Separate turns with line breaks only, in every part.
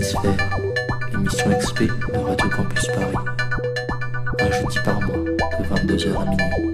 Planisphère, l'émission XP de Radio Campus Paris. Un jeudi par mois, de 22h à minuit.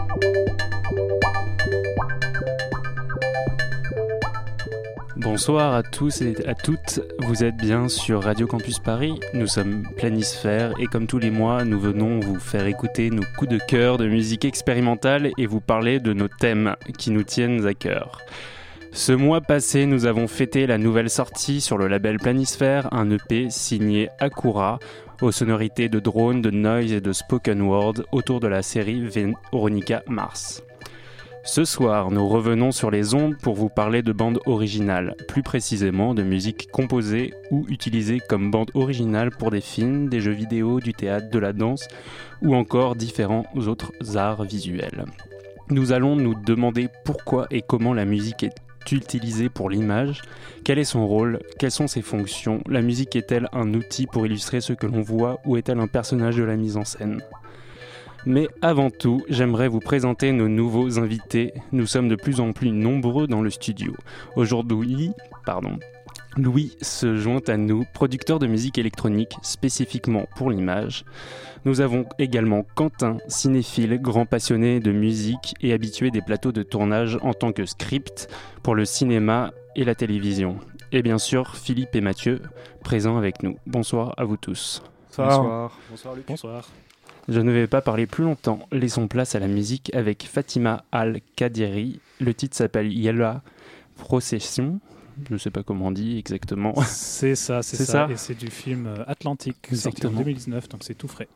Bonsoir à tous et à toutes, vous êtes bien sur Radio Campus Paris, nous sommes Planisphère et comme tous les mois, nous venons vous faire écouter nos coups de cœur de musique expérimentale et vous parler de nos thèmes qui nous tiennent à cœur. Ce mois passé, nous avons fêté la nouvelle sortie sur le label Planisphère, un EP signé Akura, aux sonorités de drone, de noise et de spoken word autour de la série Veronica Mars. Ce soir, nous revenons sur les ondes pour vous parler de bandes originales, plus précisément de musique composée ou utilisée comme bande originale pour des films, des jeux vidéo, du théâtre, de la danse ou encore différents autres arts visuels. Nous allons nous demander pourquoi et comment la musique est utilisée pour l'image, quel est son rôle, quelles sont ses fonctions, la musique est-elle un outil pour illustrer ce que l'on voit ou est-elle un personnage de la mise en scène ? Mais avant tout, j'aimerais vous présenter nos nouveaux invités. Nous sommes de plus en plus nombreux dans le studio. Aujourd'hui, Louis se joint à nous, producteur de musique électronique spécifiquement pour l'image. Nous avons également Quentin, cinéphile, grand passionné de musique et habitué des plateaux de tournage en tant que script pour le cinéma et la télévision. Et bien sûr, Philippe et Mathieu, présents avec nous. Bonsoir à vous tous.
Bonsoir. Bonsoir Luc.
Bonsoir.
Je ne vais pas parler plus longtemps, laissons place à la musique avec Fatima Al-Qadiri. Le titre s'appelle Yalla Procession, je ne sais pas comment on dit exactement.
C'est ça. Et c'est du film Atlantique, sorti en 2019, donc c'est tout frais.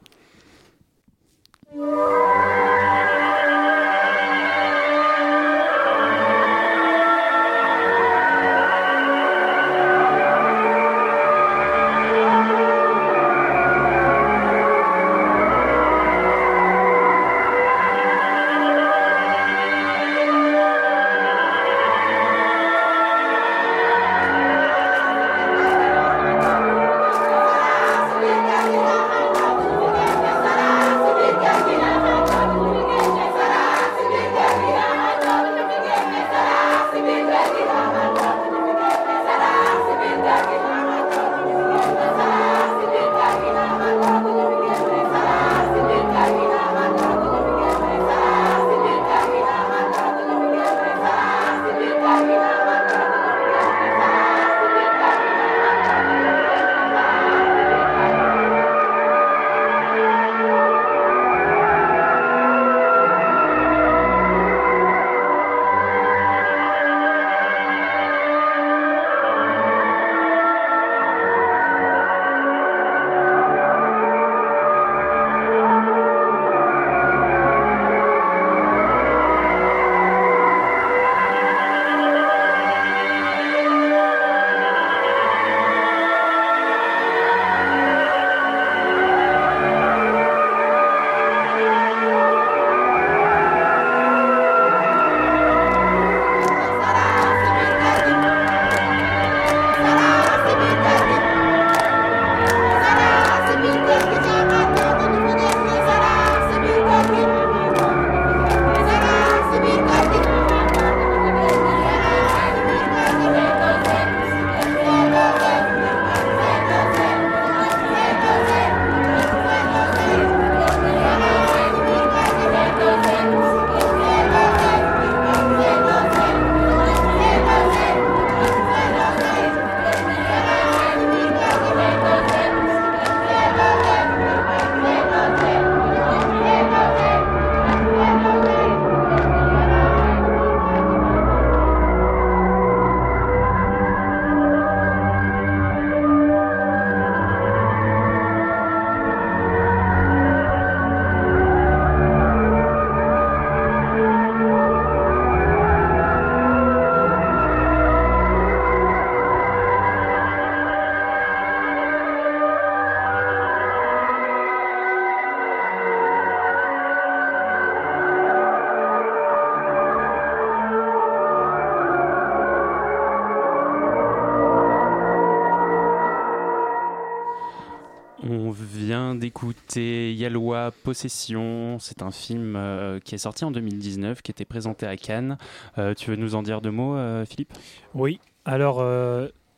d'écouter Yalwa Possession. C'est un film qui est sorti en 2019, qui était présenté à Cannes. Tu veux nous en dire deux mots, Philippe ?
Oui, alors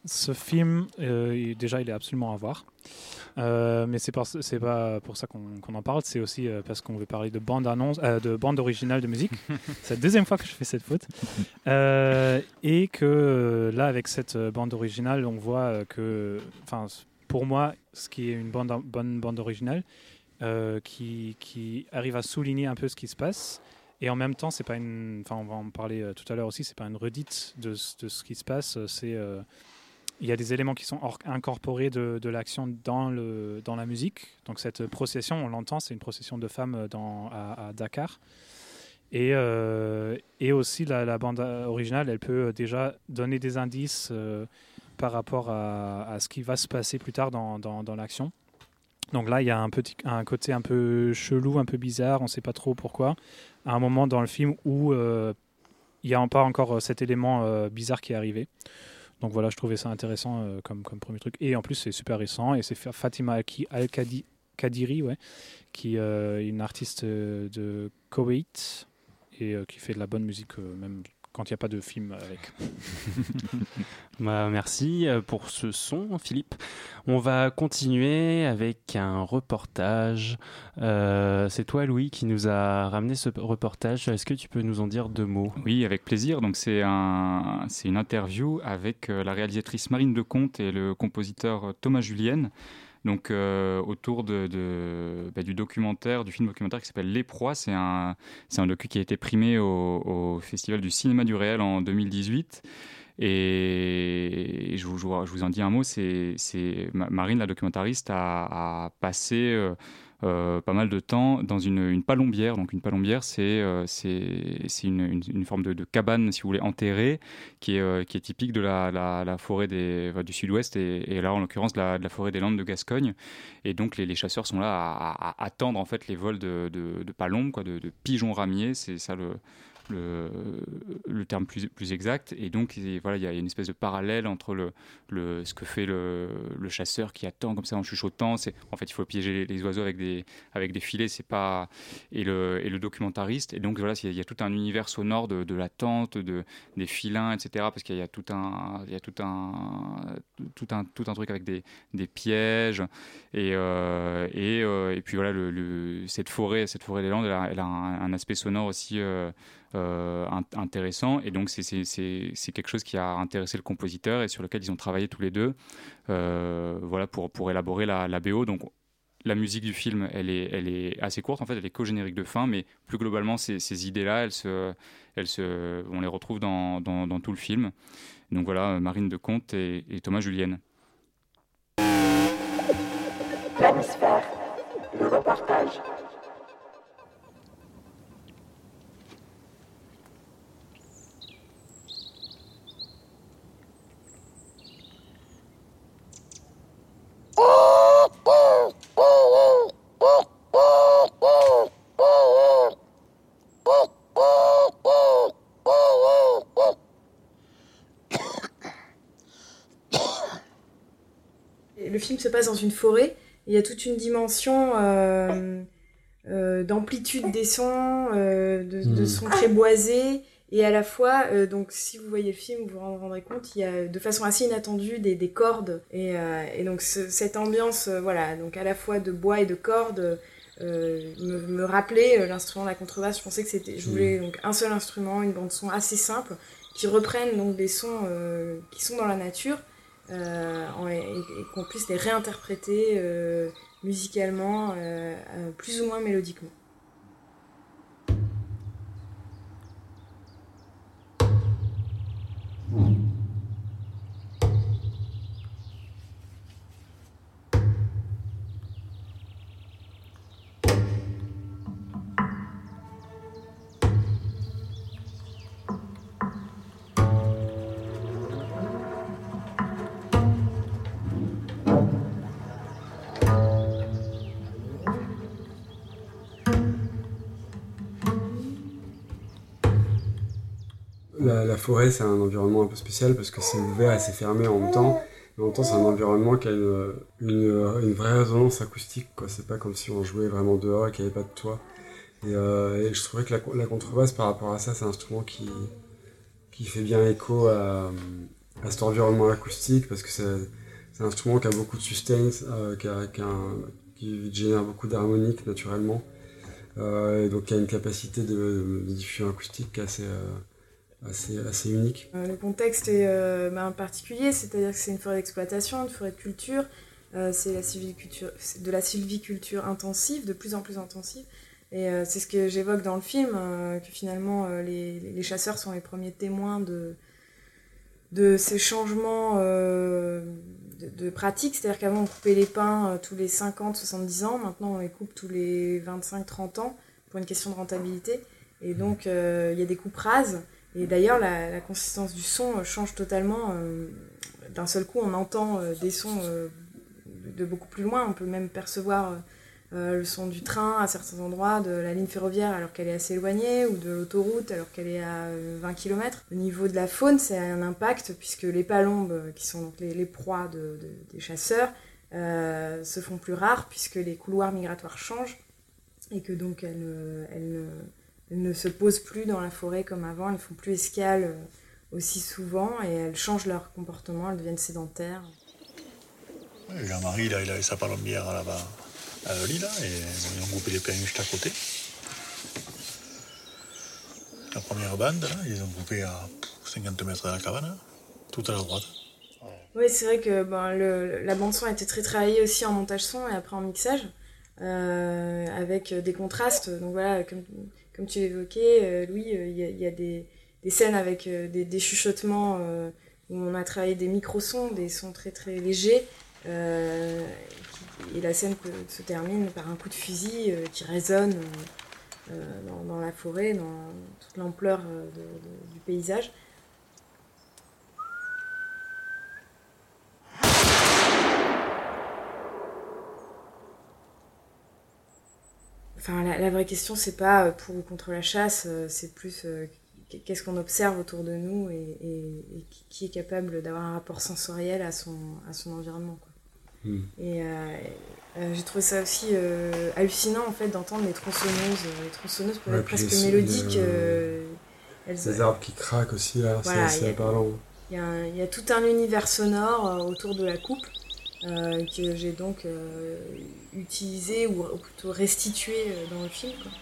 ce film, déjà, il est absolument à voir. Mais c'est pas pour ça qu'on en parle, c'est aussi parce qu'on veut parler de bande originale de musique. C'est la deuxième fois que je fais cette faute. Et que là, avec cette bande originale, on voit que, pour moi, ce qui est une bonne bande originale, qui arrive à souligner un peu ce qui se passe. Et en même temps, c'est pas on va en parler tout à l'heure aussi, c'est pas une redite de ce qui se passe, il y a des éléments qui sont incorporés de l'action dans la musique. Donc cette procession, on l'entend, c'est une procession de femmes à Dakar. Et aussi la bande originale, elle peut déjà donner des indices par rapport à ce qui va se passer plus tard dans l'action. Donc là, il y a un côté un peu chelou, un peu bizarre, on ne sait pas trop pourquoi, à un moment dans le film où il n'y a pas encore cet élément bizarre qui est arrivé. Donc voilà, je trouvais ça intéressant comme premier truc. Et en plus, c'est super récent. Et c'est Fatima Al-Qadiri, qui est une artiste de Koweït et qui fait de la bonne musique, même quand il n'y a pas de film avec.
Merci pour ce son, Philippe. On va continuer avec un reportage. C'est toi, Louis, qui nous a ramené ce reportage. Est-ce que tu peux nous en dire 2 mots ?
Oui, avec plaisir. Donc, c'est une interview avec la réalisatrice Marine Lecomte et le compositeur Thomas Julienne. Donc, autour du film documentaire qui s'appelle Les Proies. C'est un docu qui a été primé au Festival du cinéma du réel en 2018. Et je vous en dis un mot. Marine, la documentariste, a passé pas mal de temps dans une palombière. Donc une palombière, c'est une forme de cabane, si vous voulez, enterrée, qui est typique de la forêt du sud-ouest et là en l'occurrence de la forêt des Landes de Gascogne. Et donc les chasseurs sont là à attendre en fait les vols de palombes, de pigeons ramiers. C'est ça le terme plus exact. Et donc voilà, il y a une espèce de parallèle entre ce que fait le chasseur qui attend comme ça en chuchotant. En fait, il faut piéger les oiseaux avec des filets, c'est pas et le documentariste. Et donc voilà, il y a tout un univers sonore de l'attente, des filins, etc. Parce qu'il y a tout un truc avec des pièges et puis voilà, cette forêt des Landes, elle a un aspect sonore aussi intéressant, et donc c'est quelque chose qui a intéressé le compositeur et sur lequel ils ont travaillé tous les deux voilà, pour élaborer la BO. Donc la musique du film, elle est assez courte, en fait, elle est qu'au générique de fin, mais plus globalement, ces idées-là, on les retrouve dans tout le film. Donc voilà, Marine Lecomte et Thomas Julienne.
Planisphère, le reportage.
Le film se passe dans une forêt. Il y a toute une dimension d'amplitude des sons, de sons très boisés. Et à la fois, donc si vous voyez le film, vous vous rendrez compte, il y a de façon assez inattendue des cordes. Et donc cette ambiance, voilà, donc à la fois de bois et de cordes, me rappelait l'instrument de la contrebasse. Je pensais que je voulais donc un seul instrument, une bande son assez simple, qui reprenne donc des sons qui sont dans la nature. Et qu'on puisse les réinterpréter musicalement, plus ou moins mélodiquement.
La forêt, c'est un environnement un peu spécial parce que c'est ouvert et c'est fermé en même temps. Mais en même temps, c'est un environnement qui a une vraie résonance acoustique, quoi. C'est pas comme si on jouait vraiment dehors et qu'il n'y avait pas de toit. Et je trouvais que la contrebasse, par rapport à ça, c'est un instrument qui fait bien écho à cet environnement acoustique, parce que c'est un instrument qui a beaucoup de sustain, qui génère beaucoup d'harmoniques naturellement, et donc qui a une capacité de diffusion acoustique qui est assez unique.
Le contexte est particulier, c'est-à-dire que c'est une forêt d'exploitation, une forêt de culture, c'est de la sylviculture intensive, de plus en plus intensive. Et c'est ce que j'évoque dans le film, que finalement les chasseurs sont les premiers témoins de ces changements de pratique. C'est-à-dire qu'avant on coupait les pins tous les 50-70 ans, maintenant on les coupe tous les 25-30 ans pour une question de rentabilité. Et donc il y a des coupes rases. Et d'ailleurs la consistance du son change totalement. D'un seul coup on entend des sons de beaucoup plus loin, on peut même percevoir le son du train à certains endroits, de la ligne ferroviaire alors qu'elle est assez éloignée, ou de l'autoroute alors qu'elle est à 20 km. Au niveau de la faune, c'est un impact, puisque les palombes, qui sont donc les proies des chasseurs, se font plus rares, puisque les couloirs migratoires changent, et que donc elles ne se posent plus dans la forêt comme avant, elles ne font plus escale aussi souvent, et elles changent leur comportement, elles deviennent sédentaires.
Jean-Marie, là, il avait sa palombière là-bas à Lille, et ils ont groupé les pins juste à côté. La première bande, là, ils ont groupé à 50 mètres de la cabane, tout à la droite.
Oui, c'est vrai que la bande-son a été très travaillée aussi en montage son et après en mixage, avec des contrastes. Donc voilà, comme tu l'évoquais, Louis, il y a des scènes avec des chuchotements où on a travaillé des micro-sons, des sons très très légers, et la scène se termine par un coup de fusil qui résonne dans la forêt, dans toute l'ampleur du paysage. Enfin, la vraie question, c'est pas pour ou contre la chasse, c'est plus qu'est-ce qu'on observe autour de nous et qui est capable d'avoir un rapport sensoriel à son environnement, quoi. Et j'ai trouvé ça aussi hallucinant en fait d'entendre les tronçonneuses peuvent être presque mélodiques.
Les arbres qui craquent aussi là, voilà, c'est parlant.
Il y a tout un univers sonore autour de la coupe que j'ai donc utilisé ou plutôt restitué dans le film, quoi.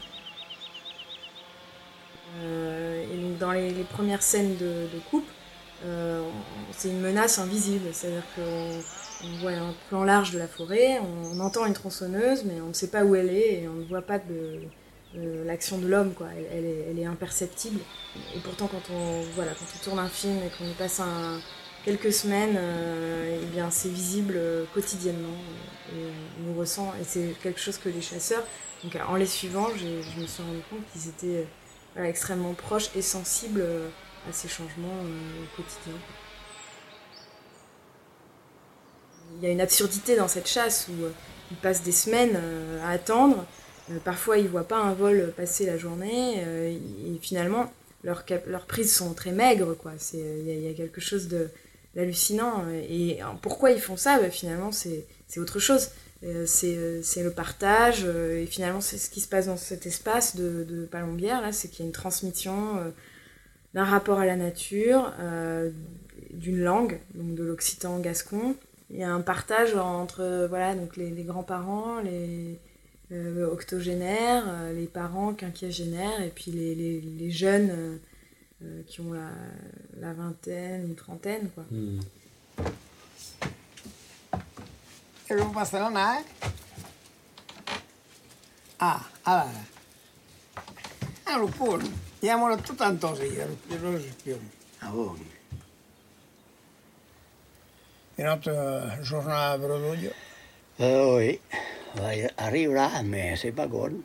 Et donc dans les premières scènes de coupe, c'est une menace invisible, c'est-à-dire qu'on voit un plan large de la forêt, on entend une tronçonneuse, mais on ne sait pas où elle est et on ne voit pas l'action de l'homme, quoi. Elle est imperceptible. Et pourtant, quand on tourne un film et qu'on y passe quelques semaines, eh bien, c'est visible quotidiennement et on nous ressent. Et c'est quelque chose que les chasseurs, donc en les suivant, je me suis rendu compte qu'ils étaient extrêmement proches et sensibles à ces changements quotidiens. Il y a une absurdité dans cette chasse où ils passent des semaines à attendre. Parfois, ils ne voient pas un vol passer la journée. Et finalement, leurs prises sont très maigres, quoi. Il y a quelque chose d'hallucinant. Et pourquoi ils font ça ? Finalement, c'est autre chose. C'est le partage. Et finalement, c'est ce qui se passe dans cet espace de palombière, là, c'est qu'il y a une transmission d'un rapport à la nature, d'une langue, donc de l'occitan gascon. Il y a un partage entre donc les grands-parents, les octogénaires, les parents quinquagénaires, et puis les jeunes qui ont la vingtaine, une trentaine, quoi.
E non basta non è? Allora. Lo pone. Andiamo tutto Antosia, lo spione.
Ah bon.
E notre giornale Brodoglio.
Oui, arriverà, mais c'est pas gone.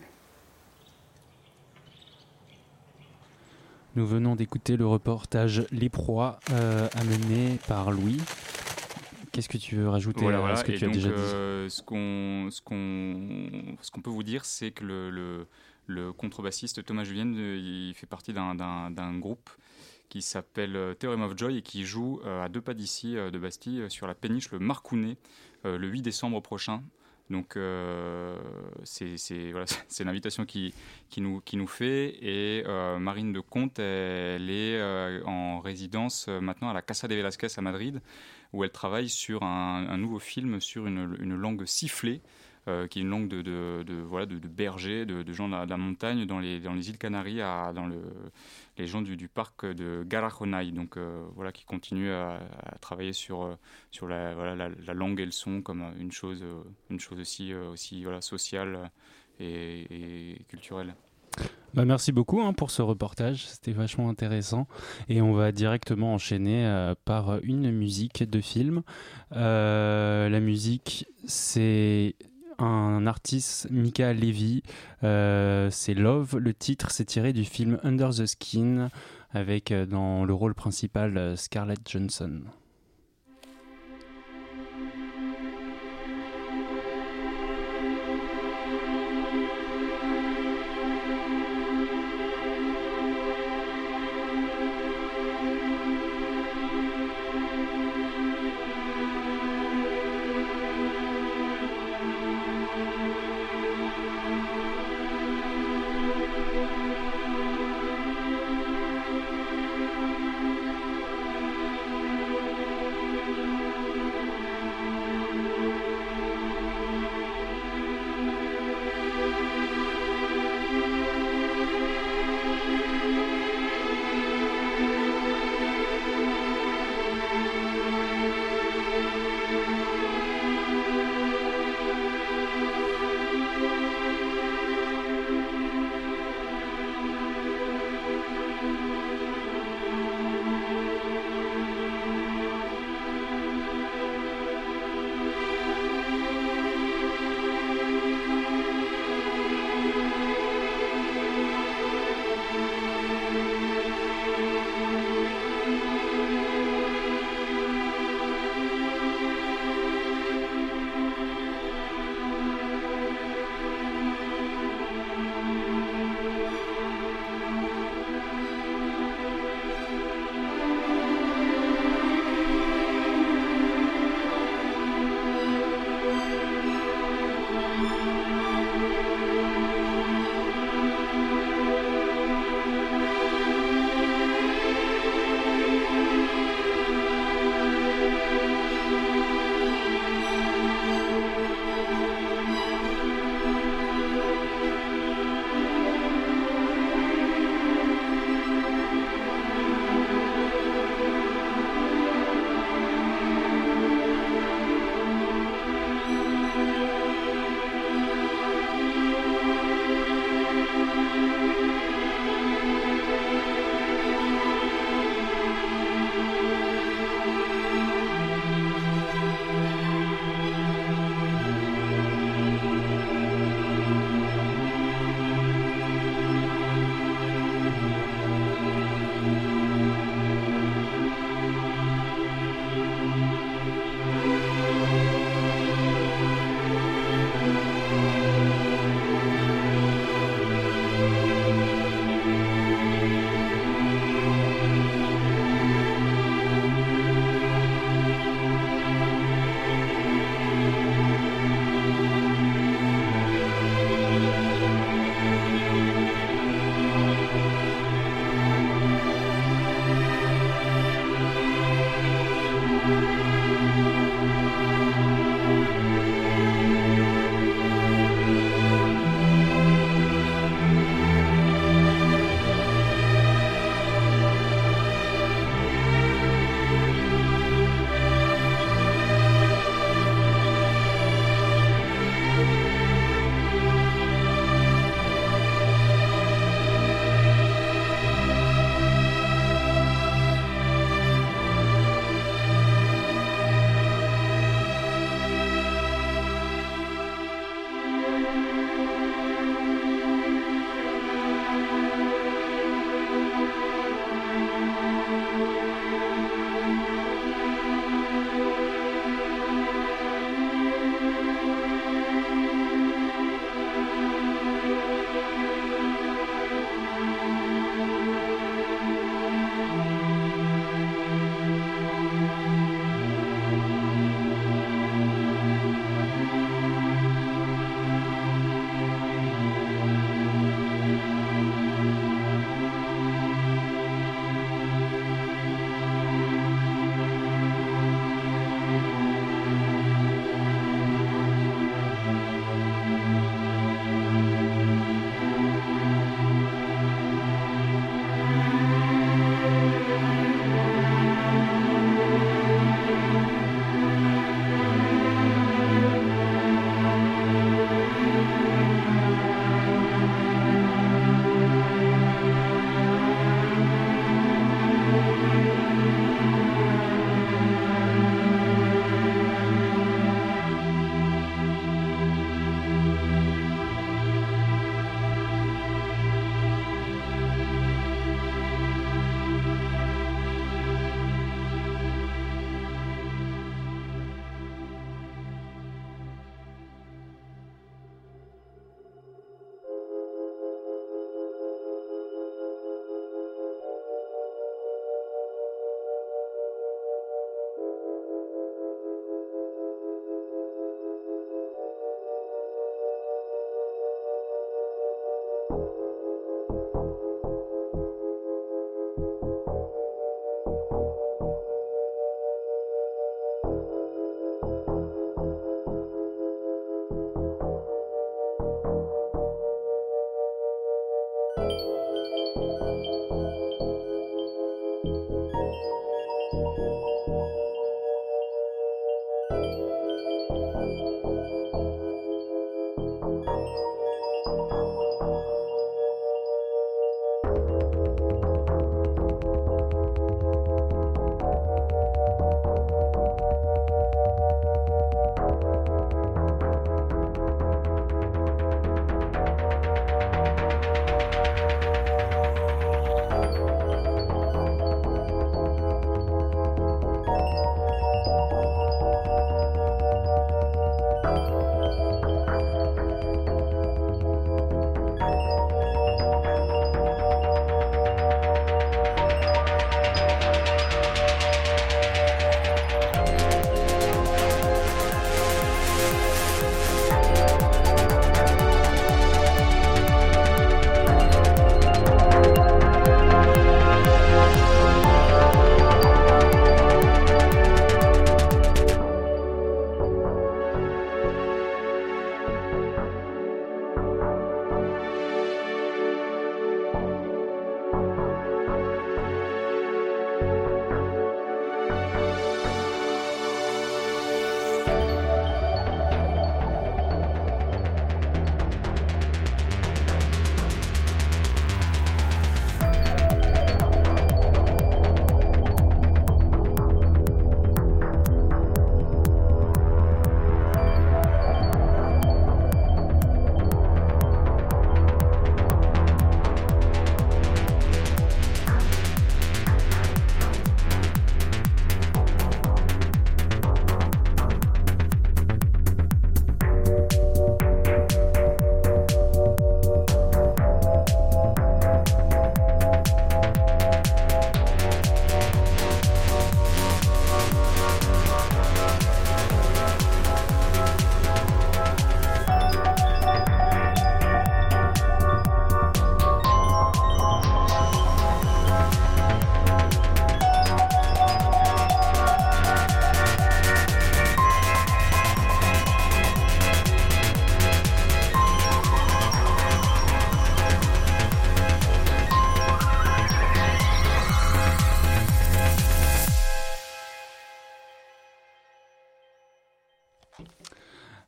Nous venons d'écouter le reportage Les Proies amené par Louis. Qu'est-ce que tu veux rajouter à ce que tu as déjà dit ?
Ce qu'on peut vous dire, c'est que le contrebassiste Thomas Julien, il fait partie d'un groupe qui s'appelle Theorem of Joy et qui joue à 2 pas d'ici, de Bastille, sur la péniche le Marcounet, le 8 décembre prochain. Donc c'est l'invitation qui nous fait. Et Marine de Conte, elle est en résidence maintenant à la Casa de Velázquez à Madrid, où elle travaille sur un nouveau film sur une langue sifflée, qui est une langue de bergers, de gens de la montagne dans les îles Canaries, les gens du parc de Garajonay. Donc qui continuent à travailler sur la langue et le son comme une chose aussi sociale et culturelle.
Merci beaucoup pour ce reportage, c'était vachement intéressant et on va directement enchaîner par une musique de film. La musique, c'est un artiste, Mika Levy, c'est Love, le titre c'est tiré du film Under the Skin avec dans le rôle principal Scarlett Johansson.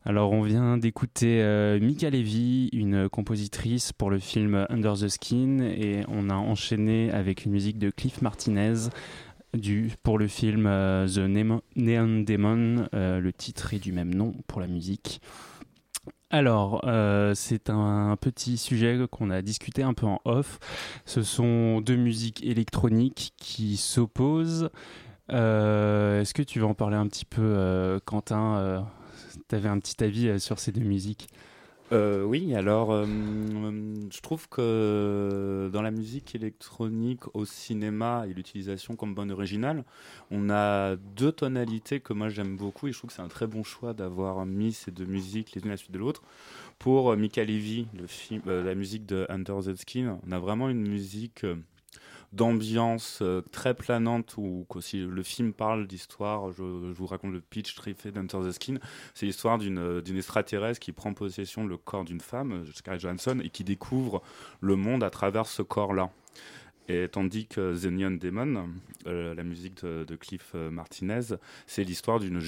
Alors on vient d'écouter Mika Levy, une compositrice pour le film Under the Skin, et on a enchaîné avec une musique de Cliff Martinez pour le film The Neon Demon. Le titre est du même nom pour la musique. Alors, c'est un petit sujet qu'on a discuté un peu en off. Ce sont deux musiques électroniques qui s'opposent. Est-ce que tu veux en parler un petit peu, Quentin? Tu avais un petit avis sur ces deux musiques?
Oui, alors je trouve que dans la musique électronique au cinéma et l'utilisation comme bande originale, on a deux tonalités que moi j'aime beaucoup et je trouve que c'est un très bon choix d'avoir mis ces deux musiques les unes à la suite de l'autre. Pour Mika Levy, la musique de Under the Skin, on a vraiment une musique d'ambiance très planante où si le film parle d'histoire, je vous raconte le pitch très fait d'Enter the Skin, c'est l'histoire d'une extraterrestre qui prend possession le corps d'une femme, Scarlett Johansson, et qui découvre le monde à travers ce corps-là. Et tandis que The Neon Demon, la musique de Cliff Martinez, c'est l'histoire d'une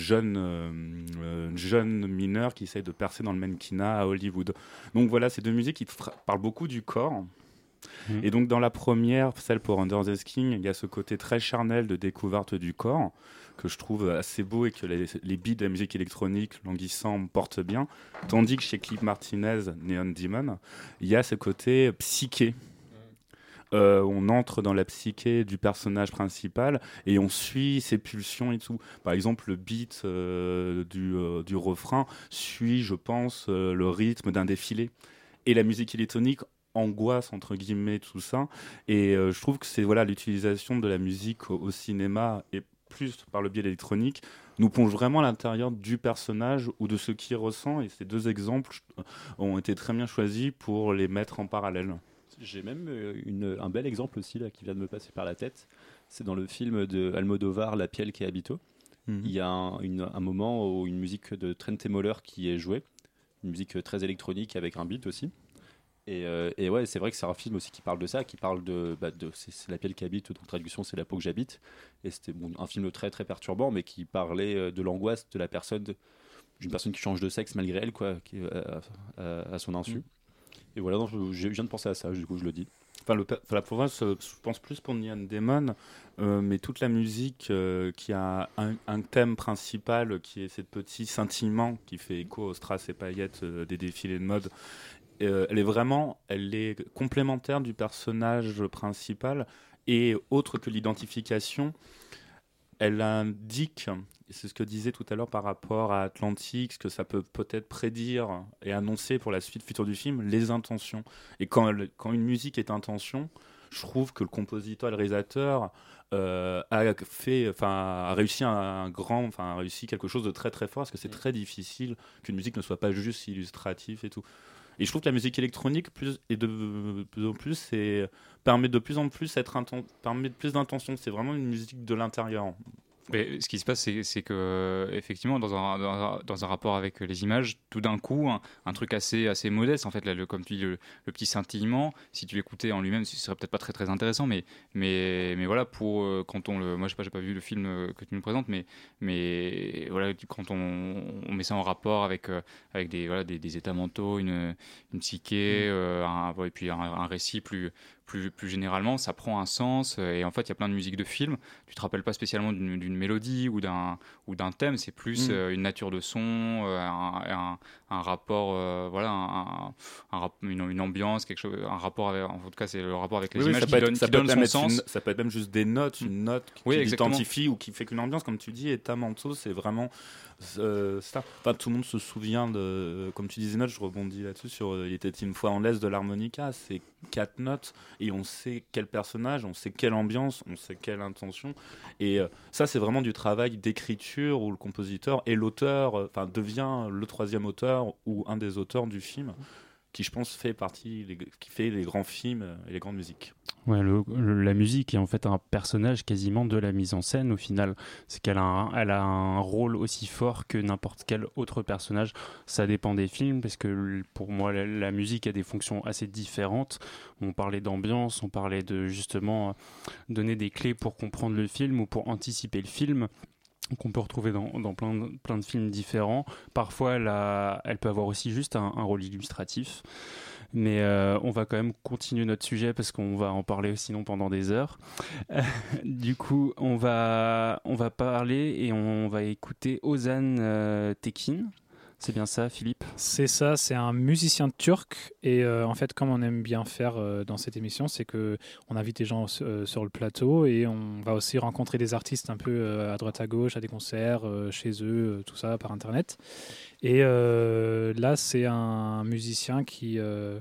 jeune mineure qui essaie de percer dans le mannequinat à Hollywood. Donc voilà, ces deux musiques qui parlent beaucoup du corps. Et donc dans la première, celle pour Under the Skin, il y a ce côté très charnel de découverte du corps que je trouve assez beau et que les beats de la musique électronique languissant portent bien, tandis que chez Cliff Martinez, Neon Demon, il y a ce côté psyché. On entre dans la psyché du personnage principal et on suit ses pulsions et tout. Par exemple, le beat du refrain suit, je pense, le rythme d'un défilé. Et la musique électronique angoisse entre guillemets tout ça, et je trouve que c'est l'utilisation de la musique au cinéma et plus par le biais électronique nous plonge vraiment à l'intérieur du personnage ou de ce qu'il ressent, et ces deux exemples ont été très bien choisis pour les mettre en parallèle.
J'ai même un bel exemple aussi là qui vient de me passer par la tête. C'est dans le film de Almodovar, La Piel qui habito. Il y a un moment où une musique de Trent Moller qui est jouée, une musique très électronique avec un beat aussi. Et ouais, c'est vrai que c'est un film aussi qui parle de ça, qui parle c'est la piel qui habite, donc traduction c'est la peau que j'habite. Et c'était un film très très perturbant, mais qui parlait de l'angoisse de d'une personne qui change de sexe malgré elle, quoi, à son insu. Et voilà, donc, je viens de penser à ça, du coup je le dis.
Pour moi, je pense plus pour Neon Demon, mais toute la musique qui a un thème principal qui est cette petite scintillement qui fait écho aux strass et paillettes des défilés de mode. Elle est complémentaire du personnage principal, et autre que l'identification, elle indique, et c'est ce que disait tout à l'heure par rapport à Atlantique, ce que ça peut-être prédire et annoncer pour la suite future du film, les intentions. Et quand une musique est intention, je trouve que le compositeur et le réalisateur a réussi quelque chose de très très fort, parce que c'est très difficile qu'une musique ne soit pas juste illustrative et tout. Et je trouve que la musique électronique de plus en plus permet de plus en plus permet de plus d'intention. C'est vraiment une musique de l'intérieur.
Mais ce qui se passe, c'est que effectivement, dans un rapport avec les images, tout d'un coup, un truc assez modeste, en fait, là, comme tu dis, le petit scintillement, si tu l'écoutais en lui-même, ce serait peut-être pas très très intéressant, mais voilà, quand moi j'ai pas vu le film que tu nous présentes, mais voilà, quand on met ça en rapport avec des états mentaux, une psyché, et puis un récit plus généralement, ça prend un sens. Et en fait, il y a plein de musiques de films. Tu te rappelles pas spécialement d'une mélodie ou d'un thème. C'est plus une nature de son, un rapport, une ambiance, quelque chose, un rapport avec. En tout cas, c'est le rapport avec les images qui donne son sens.
Ça peut être même juste des notes, une note qui identifie ou qui fait qu'une ambiance, comme tu dis. Et Tamanto, c'est vraiment ça. Enfin, tout le monde se souvient de, comme tu disais, notes. Je rebondis là-dessus sur Il était une fois en l'Est de l'harmonica. C'est 4 notes. Et on sait quel personnage, on sait quelle ambiance, on sait quelle intention. Et ça, c'est vraiment du travail d'écriture où le compositeur et l'auteur, devient le troisième auteur ou un des auteurs du film, qui, je pense, qui fait les grands films et les grandes musiques.
Ouais, la musique est en fait un personnage quasiment de la mise en scène au final. C'est qu'elle elle a un rôle aussi fort que n'importe quel autre personnage. Ça dépend des films, parce que pour moi la musique a des fonctions assez différentes. On parlait d'ambiance, on parlait de justement donner des clés pour comprendre le film ou pour anticiper le film. qu'on peut retrouver dans plein de films différents. Parfois, elle peut avoir aussi juste un rôle illustratif. Mais on va quand même continuer notre sujet parce qu'on va en parler sinon pendant des heures. Du coup, on va parler et on va écouter Ozan Tekin. C'est bien ça, Philippe ?
C'est ça, c'est un musicien turc. Et en fait, comme on aime bien faire dans cette émission, c'est qu'on invite des gens sur le plateau et on va aussi rencontrer des artistes un peu à droite à gauche, à des concerts, chez eux, tout ça, par Internet. Et là, c'est un musicien qui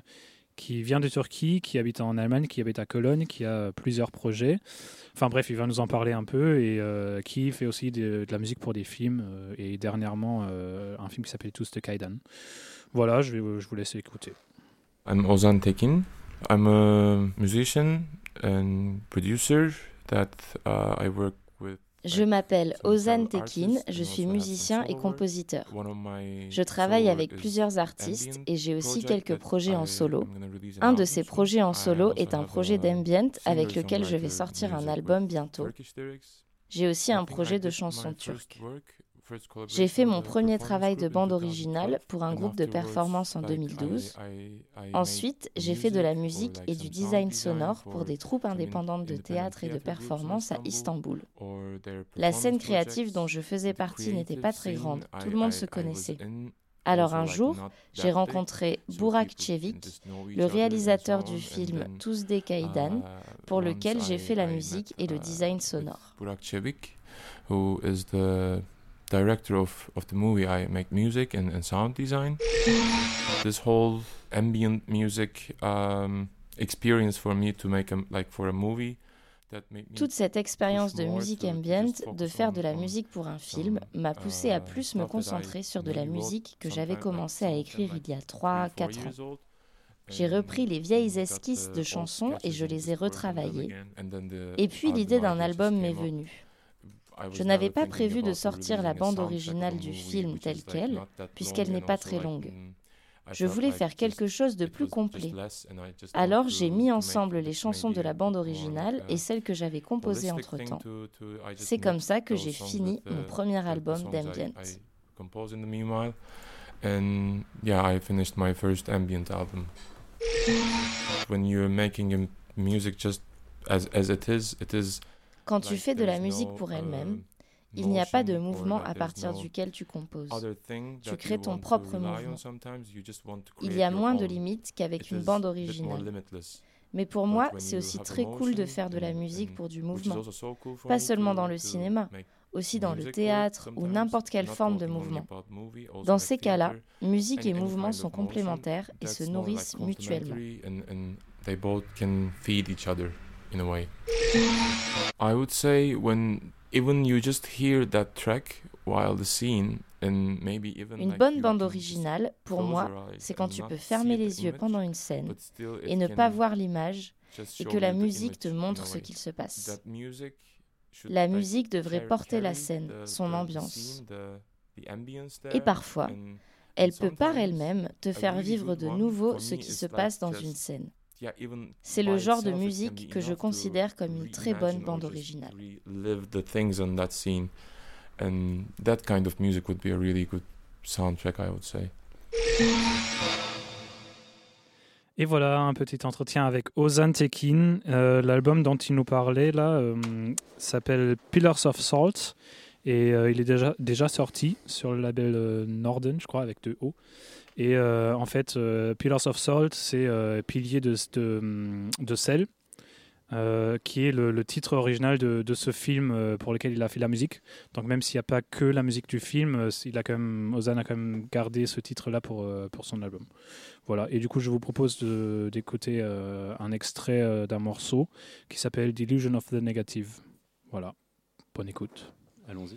vient de Turquie, qui habite en Allemagne, qui habite à Cologne, qui a plusieurs projets. Enfin bref, il va nous en parler un peu et qui fait aussi de la musique pour des films et dernièrement un film qui s'appelle Tous de Kaidan. Voilà, je vous laisse écouter.
I'm Ozan Tekin. I'm a musician and producer that I work with.
Je m'appelle Ozan Tekin, je suis musicien et compositeur. Je travaille avec plusieurs artistes et j'ai aussi quelques projets en solo. Un de ces projets en solo est un projet d'ambient avec lequel je vais sortir un album bientôt. J'ai aussi un projet de chansons turques. J'ai fait mon premier travail de bande originale pour un groupe de performance en 2012. Ensuite, j'ai fait de la musique et du design sonore pour des troupes indépendantes de théâtre et de performance à Istanbul. La scène créative dont je faisais partie n'était pas très grande, tout le monde se connaissait. Alors un jour, j'ai rencontré Burak Çevik, le réalisateur du film Tous de Kaidan, pour lequel j'ai fait la musique et le design sonore.
Burak Çevik, who is the director of the movie I make music and sound design. This whole ambient music experience for me to make for a movie.
Toute cette expérience de musique ambient, de faire de la musique pour un film, m'a poussé à plus me concentrer sur de la musique que j'avais commencé à écrire il y a 3-4 ans. J'ai repris les vieilles esquisses de chansons et je les ai retravaillées. Et puis l'idée d'un album m'est venue. Je n'avais pas prévu de sortir la bande originale du film telle qu'elle, puisqu'elle n'est pas très longue. Je voulais faire quelque chose de plus complet. Alors j'ai mis ensemble les chansons de la bande originale et celles que j'avais composées entre-temps. C'est comme ça que j'ai fini mon premier album d'ambient.
And yeah, I finished my first ambient album. When you're making music just as it is.
Quand tu fais de la musique pour elle-même, il n'y a pas de mouvement à partir duquel tu composes. Tu crées ton propre mouvement. Il y a moins de limites qu'avec une bande originale. Mais pour moi, c'est aussi très cool de faire de la musique pour du mouvement. Pas seulement dans le cinéma, aussi dans le théâtre ou n'importe quelle forme de mouvement. Dans ces cas-là, musique et mouvement sont complémentaires et se nourrissent mutuellement.
In a way, I would say even you just hear that track while the scene and maybe even.
Une bonne bande originale, pour moi, c'est quand tu peux fermer les yeux pendant une scène et ne pas voir l'image et que la musique te montre ce qu'il se passe. La musique devrait porter la scène, son ambiance. Et parfois, elle peut par elle-même te faire vivre de nouveau ce qui se passe dans une scène. C'est le genre de musique que je considère comme une très bonne bande originale.
Et voilà un petit entretien avec Ozan Tekin. L'album dont il nous parlait là s'appelle Pillars of Salt et il est déjà sorti sur le label Norden, je crois, avec 2 O. Et en fait, Pillars of Salt, c'est Piliers de sel, qui est le titre original de ce film pour lequel il a fait la musique. Donc même s'il n'y a pas que la musique du film, Ozan a quand même gardé ce titre-là pour son album. Voilà. Et du coup, je vous propose d'écouter un extrait d'un morceau qui s'appelle Delusion of the Negative. Voilà. Bonne écoute.
Allons-y.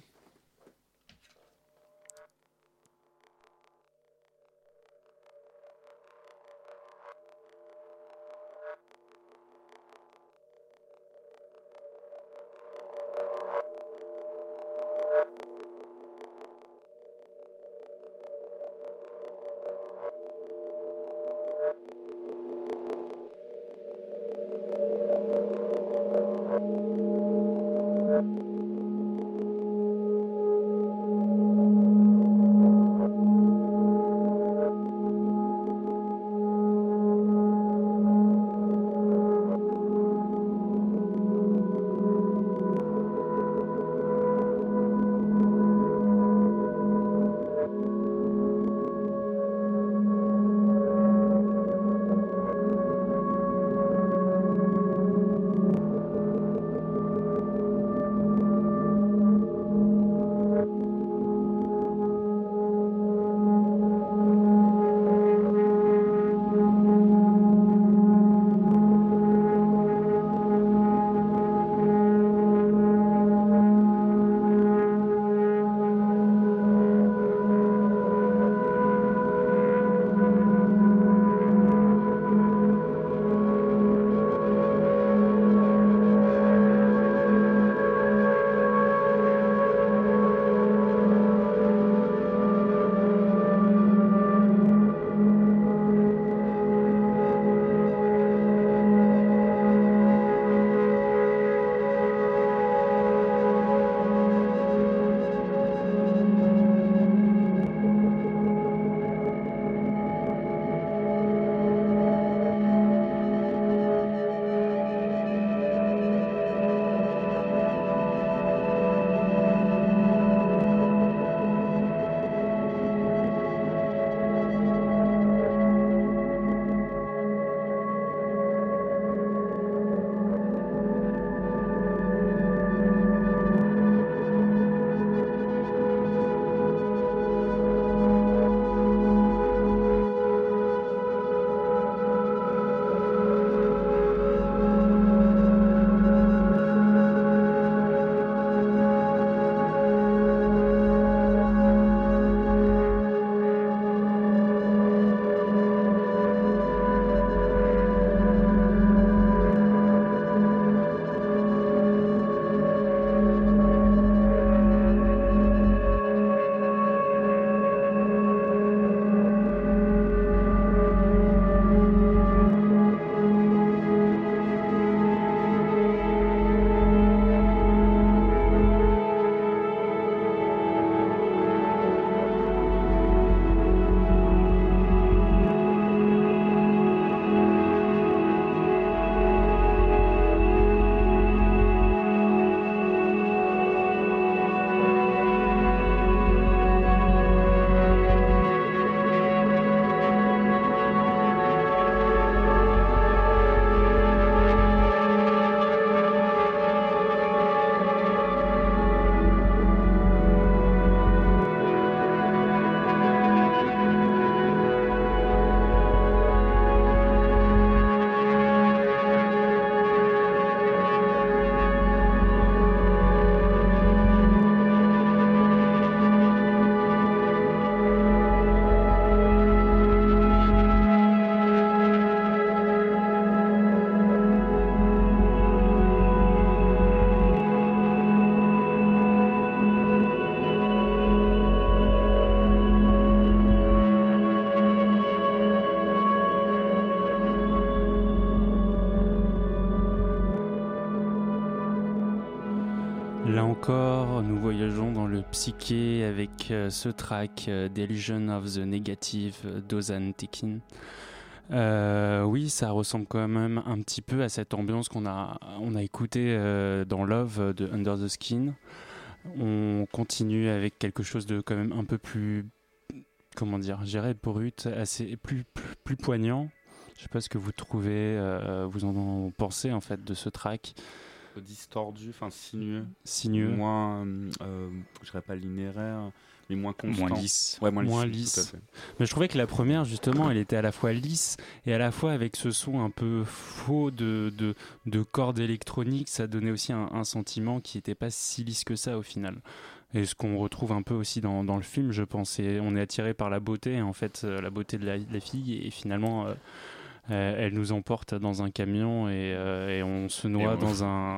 Là encore, nous voyageons dans le psyché avec ce track Delusion of the Negative d'Ozan Tekin. Oui, ça ressemble quand même un petit peu à cette ambiance qu'on a écouté dans Love de Under the Skin. On continue avec quelque chose de quand même un peu plus, comment dire, j'irais brut, assez plus poignant. Je sais pas ce que vous trouvez, vous en pensez en fait de ce track.
Distordu, enfin sinueux.
Moins,
je dirais pas linéaire, mais moins constant.
Moins lisse.
Ouais,
moins lisse. Tout à fait. Mais je trouvais que la première, justement, elle était à la fois lisse et à la fois avec ce son un peu faux de cordes électroniques, ça donnait aussi un sentiment qui n'était pas si lisse que ça au final. Et ce qu'on retrouve un peu aussi dans le film, je pense, on est attiré par la beauté, en fait, la beauté de la fille, et finalement... elle nous emporte dans un camion et on se noie dans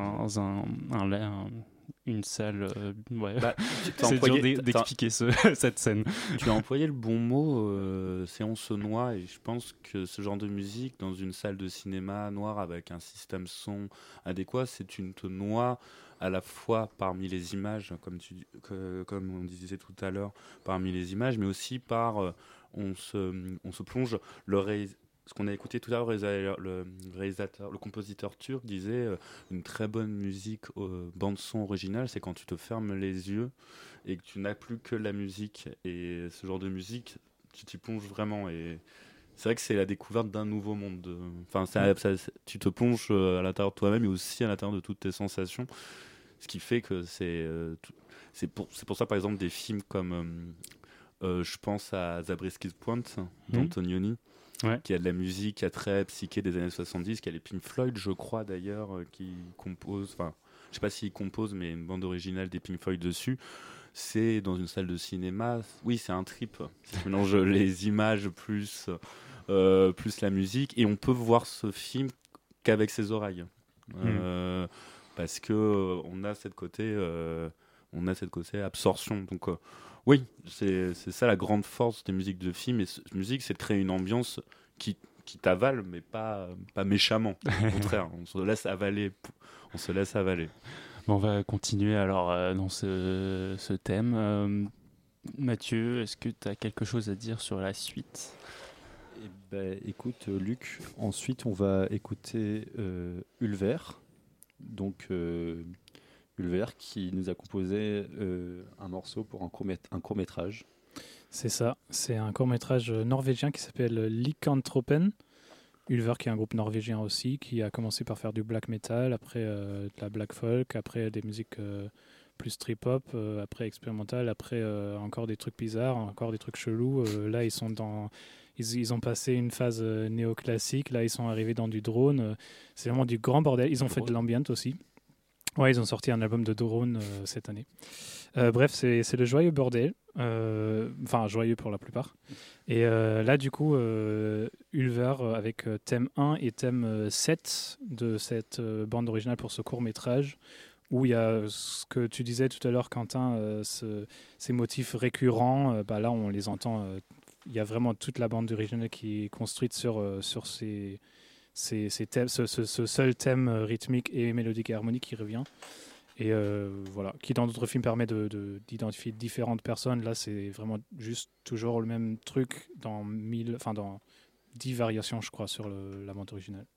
une salle. Ouais.
Bah,
c'est dur d'expliquer cette scène.
Tu as employé le bon mot, c'est on se noie, et je pense que ce genre de musique dans une salle de cinéma noire avec un système son adéquat, c'est une te noie à la fois parmi les images, comme on disait tout à l'heure, parmi les images, mais aussi par on se plonge ce qu'on a écouté tout à l'heure, le compositeur turc disait une très bonne musique bande-son originale, c'est quand tu te fermes les yeux et que tu n'as plus que la musique. Et ce genre de musique, tu t'y plonges vraiment. Et c'est vrai que c'est la découverte d'un nouveau monde. Tu te plonges à l'intérieur de toi-même et aussi à l'intérieur de toutes tes sensations. Ce qui fait que c'est pour ça, par exemple, des films comme... je pense à Zabriskie Point d'Antonioni. Ouais. Qui a de la musique, qui a très psyché des années 70, qui a les Pink Floyd, je crois d'ailleurs, qui composent, enfin, je sais pas s'ils composent, mais une bande originale des Pink Floyd dessus. C'est dans une salle de cinéma, oui, c'est un trip. Ça mélange les images plus la musique, et on peut voir ce film qu'avec ses oreilles, parce que on a cette côté absorption. Donc oui, c'est ça la grande force des musiques de film. Et cette musique, c'est de créer une ambiance qui t'avale, mais pas méchamment. Au contraire, on se laisse avaler.
Bon, on va continuer alors dans ce thème. Mathieu, est-ce que tu as quelque chose à dire sur la suite ?
Écoute, Luc, ensuite on va écouter Ulver. Donc... Ulver qui nous a composé un morceau pour un court-métrage.
C'est ça, c'est un court-métrage norvégien qui s'appelle Lycanthropen. Ulver qui est un groupe norvégien aussi, qui a commencé par faire du black metal, après de la black folk, après des musiques plus trip-hop, après expérimental, après encore des trucs bizarres, encore des trucs chelous. Là, ils ont passé une phase néoclassique, là ils sont arrivés dans du drone. C'est vraiment du grand bordel. Ils ont fait de l'ambient aussi. Ouais, ils ont sorti un album de drone cette année. Bref, c'est le joyeux bordel. Enfin, joyeux pour la plupart. Et là, du coup, Ulver avec thème 1 et thème 7 de cette bande originale pour ce court-métrage, où il y a ce que tu disais tout à l'heure, Quentin, ces motifs récurrents. Là, on les entend. Il y a vraiment toute la bande originale qui est construite sur ces thèmes, ce seul thème rythmique et mélodique et harmonique qui revient, et voilà, qui dans d'autres films permet d'identifier différentes personnes. Là, c'est vraiment juste toujours le même truc dans 10 variations, je crois, sur la bande originale.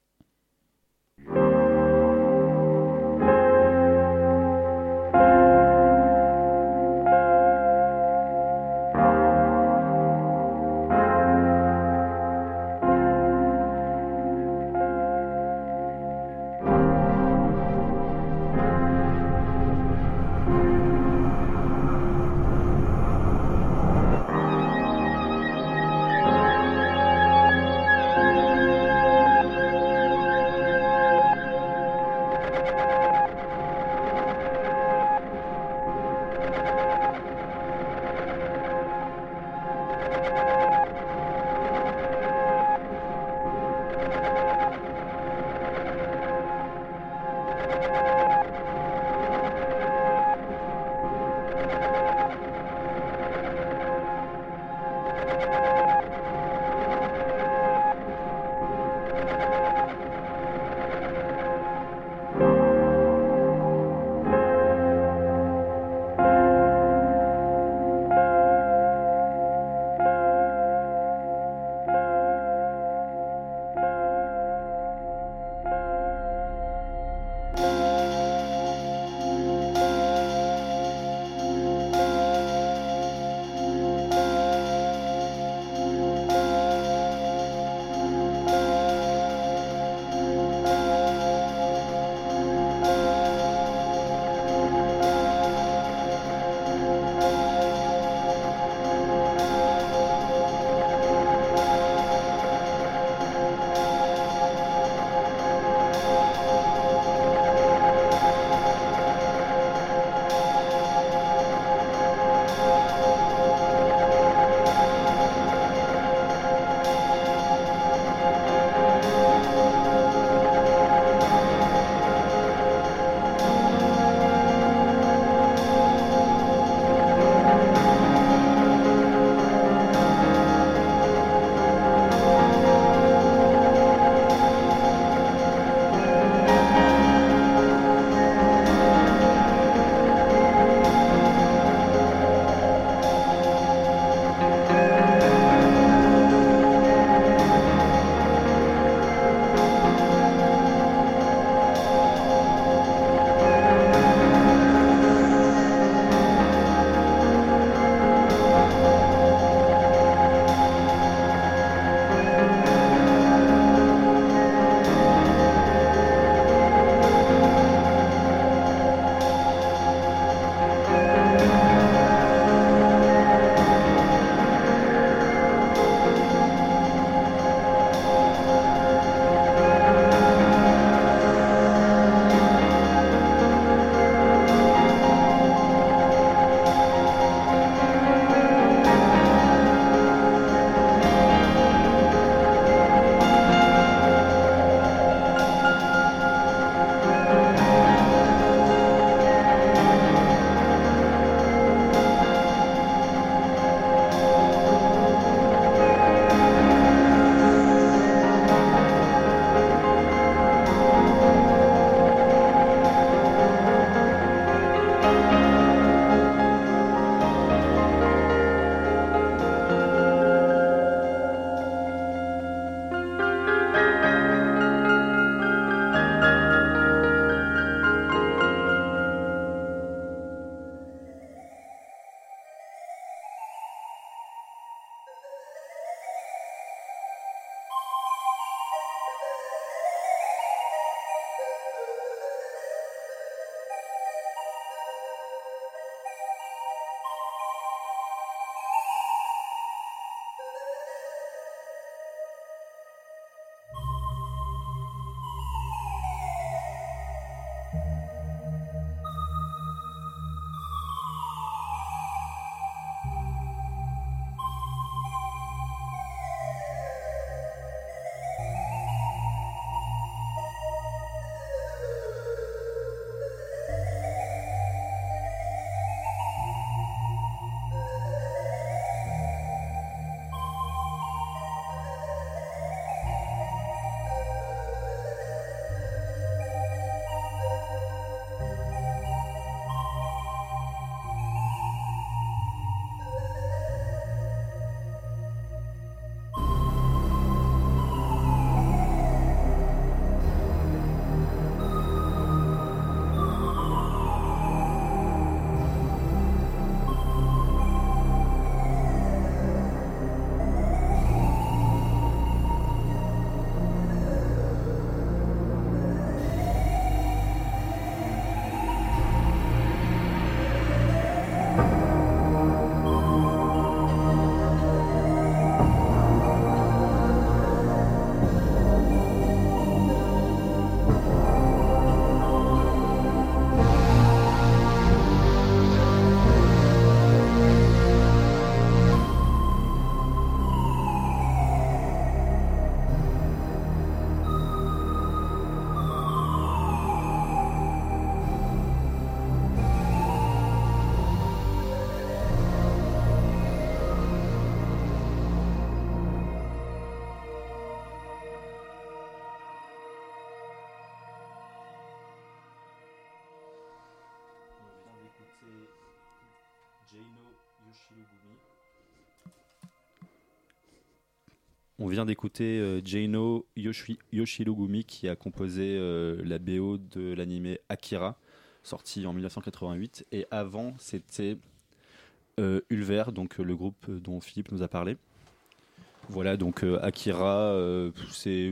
On vient d'écouter Jano Yoshirogumi qui a composé la BO de l'anime Akira, sorti en 1988. Et avant, c'était Ulver, donc le groupe dont Philippe nous a parlé. Voilà, donc Akira, c'est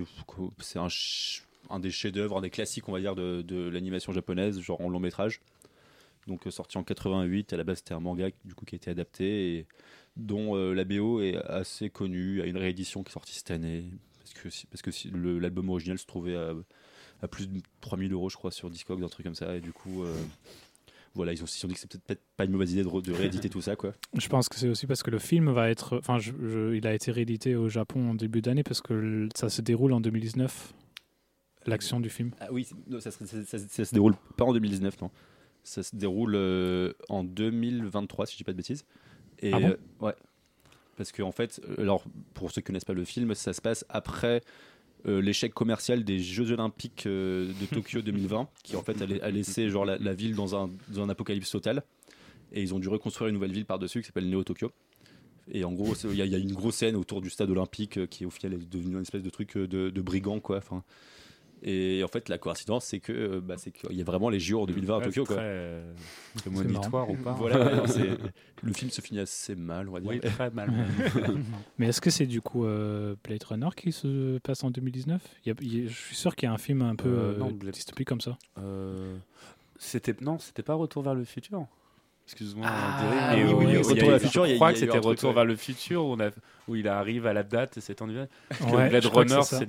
un des chefs-d'œuvre, un des classiques, on va dire, de l'animation japonaise, genre en long métrage. Donc sorti en 88, à la base c'était un manga du coup, qui a été adapté et dont la BO est assez connue. Il y a une réédition qui est sortie cette année parce que l'album original se trouvait à plus de 3000 € je crois sur Discogs, un truc comme ça, et du coup voilà, ils ont dit que c'est peut-être pas une mauvaise idée de rééditer tout ça, quoi.
Je pense que c'est aussi parce que le film va être, enfin il a été réédité au Japon en début d'année parce que ça se déroule en 2019, l'action du film.
Ah oui, non, ça se déroule pas en 2019, non. Ça se déroule en 2023, si je dis pas de bêtises. Et,
ah bon
ouais. Parce que en fait, alors pour ceux qui connaissent pas le film, ça se passe après l'échec commercial des Jeux Olympiques de Tokyo 2020, qui en fait a laissé genre la ville dans un apocalypse total. Et ils ont dû reconstruire une nouvelle ville par-dessus qui s'appelle Neo Tokyo. Et en gros, il y a une grosse scène autour du stade olympique qui au final est devenu une espèce de truc de brigand, quoi. Enfin. Et en fait, la coïncidence, c'est qu'il y a vraiment les JO en 2020 à Tokyo.
Très monitoire ou pas.
Voilà, le film se finit assez mal, on va dire.
Oui, très mal.
Mais est-ce que c'est du coup Blade Runner qui se passe en 2019 ? Je suis sûr qu'il y a un film un peu dystopique comme ça.
C'était pas Retour vers le futur. Excuse-moi.
Oui, Retour vers le futur.
Je crois que c'était Retour vers le futur où il arrive à la date et c'est en hiver. Blade Runner, c'est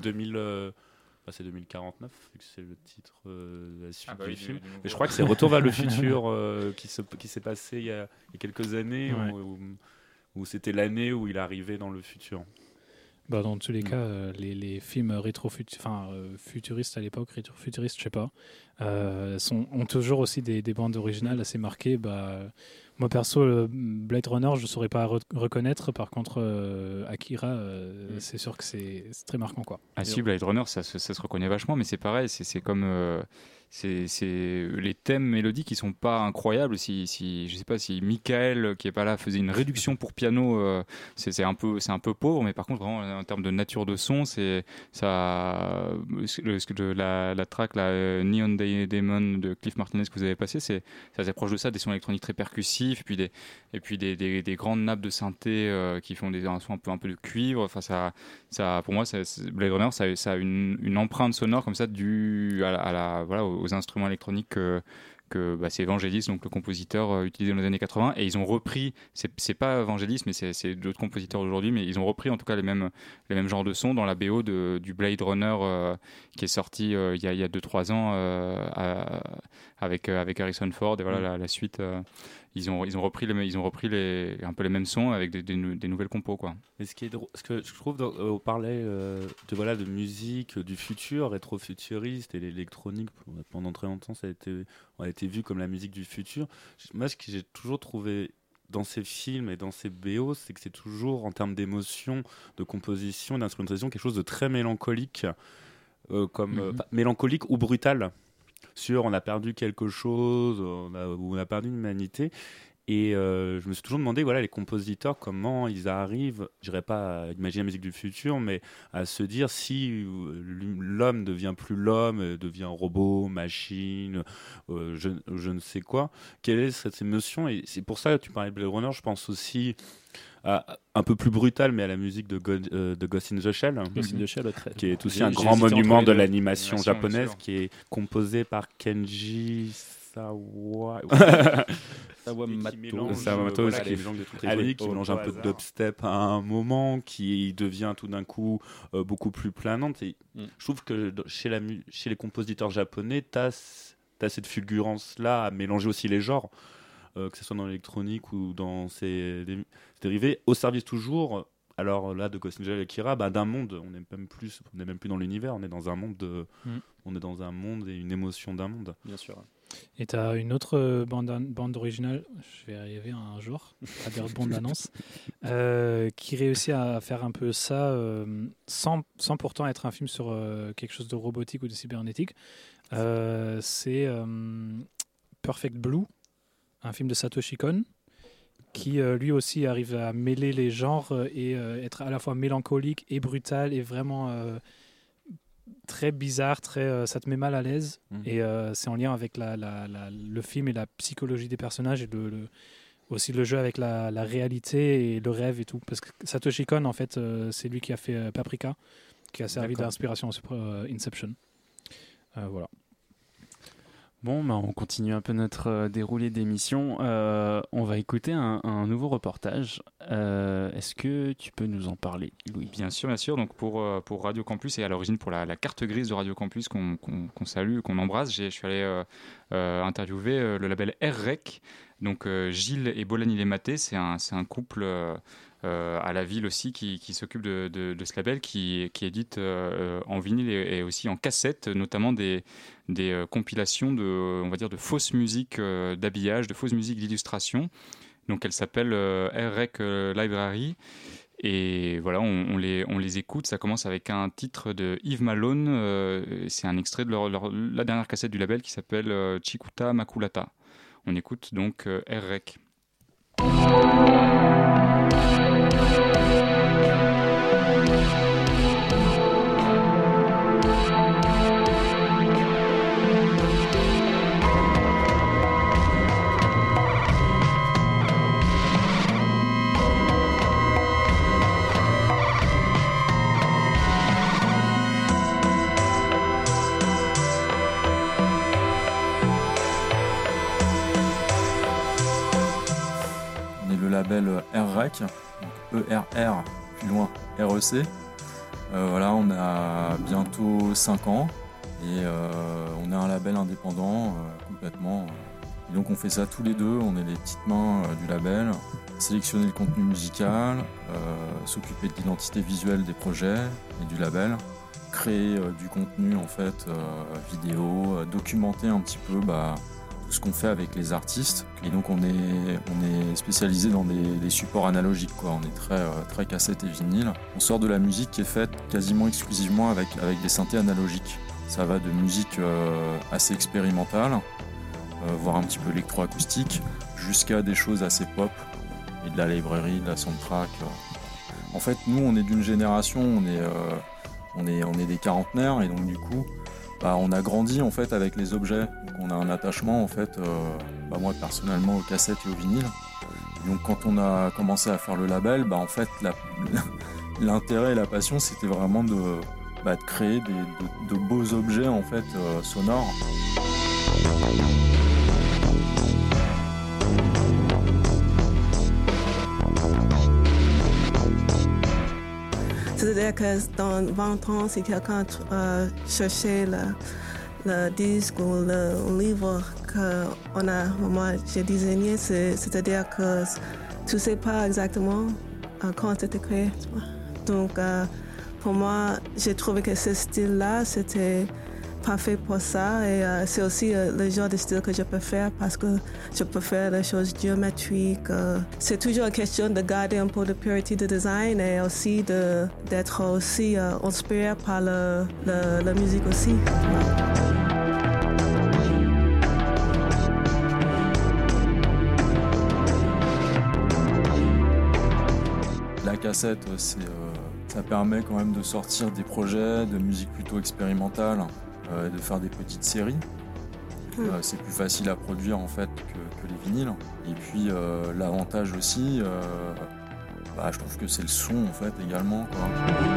2049, vu que c'est le titre de la suite du film. Mais je crois que c'est Retour vers le futur qui s'est passé il y a quelques années, où c'était l'année où il arrivait dans le futur.
Bah dans tous les cas, les films futuristes à l'époque, rétro-futuristes, je sais pas, ont toujours aussi des bandes originales assez marquées. Moi perso, Blade Runner, je saurais pas reconnaître. Par contre, Akira, c'est sûr que c'est très marquant, quoi.
Ah si, Blade Runner, ça se reconnaît vachement, mais c'est pareil, c'est comme c'est les thèmes mélodiques qui sont pas incroyables. Je sais pas si Michael qui est pas là faisait une réduction pour piano, c'est un peu pauvre, mais par contre vraiment en termes de nature de son, c'est ça. La track Neon Demon de Cliff Martinez que vous avez passé, c'est assez proche de ça, des sons électroniques très percussifs, et puis des grandes nappes de synthé qui font un son un peu de cuivre. Enfin ça pour moi, Blade Runner, ça a une empreinte sonore comme ça due aux instruments électroniques que c'est Vangelis, donc le compositeur utilisé dans les années 80, et ils ont repris, c'est pas Vangelis mais c'est d'autres compositeurs d'aujourd'hui, mais ils ont repris en tout cas les mêmes genres de sons dans la BO du Blade Runner qui est sorti il y a 2-3 ans avec Harrison Ford, et voilà la suite. Ils ont repris un peu les mêmes sons avec des nouvelles compos, quoi.
Mais ce que je trouve, on parlait de musique du futur, rétro-futuriste, et l'électronique pendant très longtemps ça a été vu comme la musique du futur. Moi, ce que j'ai toujours trouvé dans ces films et dans ces BO, c'est que c'est toujours en termes d'émotion, de composition, d'instrumentation, quelque chose de très mélancolique, mélancolique ou brutal. On a perdu quelque chose, on a perdu l'humanité. Et je me suis toujours demandé, les compositeurs, comment ils arrivent, je dirais pas à imaginer la musique du futur, mais à se dire si l'homme devient plus l'homme, devient robot, machine, je ne sais quoi, quelle est cette émotion. Et c'est pour ça que tu parlais de Blade Runner, je pense aussi un peu plus brutal, mais à la musique de Ghost in the Shell, qui est aussi un grand monument de l'animation japonaise, qui est composé par Kenji Sawamoto, qui mélange un peu de dubstep à un moment, qui devient tout d'un coup beaucoup plus planante. Et je trouve que chez les compositeurs japonais, t'as cette fulgurance-là à mélanger aussi les genres, que ce soit dans l'électronique ou dans ses dérivés, au service toujours. Alors là, de Ghost in the Shell et Akira, d'un monde, on n'est même plus dans l'univers, on est dans un monde on est dans un monde et une émotion d'un monde.
Bien sûr.
Et tu as une autre bande originale, je vais arriver un jour, à dire bande annonce, qui réussit à faire un peu ça sans pourtant être un film sur quelque chose de robotique ou de cybernétique. C'est Perfect Blue, un film de Satoshi Kon, qui lui aussi arrive à mêler les genres et être à la fois mélancolique et brutal et vraiment très bizarre, ça te met mal à l'aise. Et c'est en lien avec le film et la psychologie des personnages et aussi le jeu avec la réalité et le rêve et tout. Parce que Satoshi Kon, en fait, c'est lui qui a fait Paprika, qui a servi d'inspiration à Inception. Voilà.
Bon, on continue un peu notre déroulé d'émission. On va écouter un nouveau reportage. Est-ce que tu peux nous en parler, Louis ?
Bien sûr. Donc pour Radio Campus et à l'origine pour la carte grise de Radio Campus qu'on salue, qu'on embrasse, je suis allé interviewer le label RREC. Donc Gilles et Bolani Lematé, c'est un couple à la ville aussi qui s'occupe de ce label, qui édite en vinyle et aussi en cassette, notamment des compilations de fausses musiques d'habillage, de fausses musiques d'illustration. Donc elle s'appelle RREC Library. Et voilà, on les écoute. Ça commence avec un titre de Yves Malone. C'est un extrait de la dernière cassette du label qui s'appelle Chikuta Makulata. On écoute donc RREC.
Label RREC, E-R-R, plus loin REC. Voilà, on a bientôt 5 ans et on est un label indépendant complètement. Et donc on fait ça tous les deux, on est les petites mains du label, sélectionner le contenu musical, s'occuper de l'identité visuelle des projets et du label, créer du contenu en fait vidéo, documenter un petit peu ce qu'on fait avec les artistes. Et donc on est spécialisé dans des supports analogiques, quoi. On est très cassette et vinyle. On sort de la musique qui est faite quasiment exclusivement avec des synthés analogiques. Ça va de musique assez expérimentale, voire un petit peu électroacoustique, jusqu'à des choses assez pop et de la librairie, de la soundtrack. En fait, nous on est d'une génération, on est des quarantenaires et donc du coup on a grandi en fait avec les objets, donc on a un attachement en fait, moi personnellement aux cassettes et aux vinyles. Et donc quand on a commencé à faire le label, en fait l'intérêt et la passion c'était vraiment de créer de beaux objets en fait sonores.
C'est-à-dire que dans 20 ans, si quelqu'un cherchait le disque ou le livre que moi j'ai designé, c'est-à-dire que tu ne sais pas exactement quand c'était créé. Donc pour moi, j'ai trouvé que ce style-là, c'était parfait pour ça et c'est aussi le genre de style que je peux faire parce que je peux faire des choses géométriques. C'est toujours une question de garder un peu de pureté de design et aussi d'être aussi inspiré par la musique aussi.
La cassette, ça permet quand même de sortir des projets de musique plutôt expérimentale, de faire des petites séries. C'est plus facile à produire en fait que les vinyles. Et puis l'avantage aussi, je trouve que c'est le son en fait également, quoi.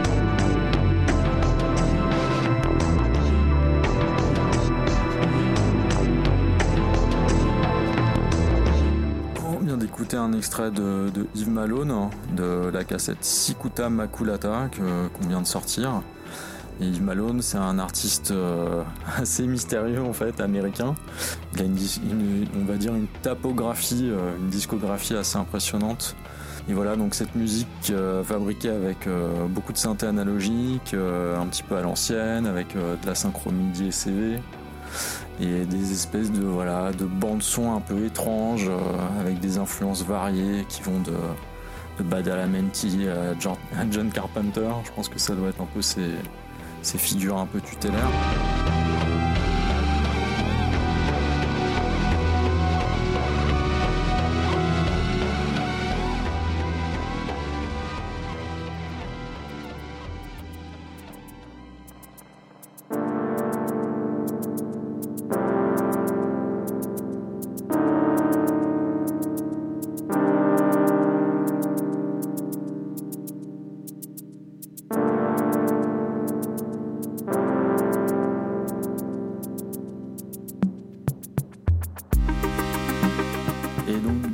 On vient d'écouter un extrait de Yves Malone de la cassette Chikuta Makulata qu'on vient de sortir. Et Yves Malone, c'est un artiste assez mystérieux en fait, américain. Il a on va dire une tapographie, une discographie assez impressionnante. Et voilà, donc cette musique fabriquée avec beaucoup de synthé analogique, un petit peu à l'ancienne, avec de la synchro MIDI et CV, et des espèces de bandes son un peu étranges, avec des influences variées qui vont de Badalamenti à John Carpenter. Je pense que ça doit être un peu ces figures un peu tutélaires.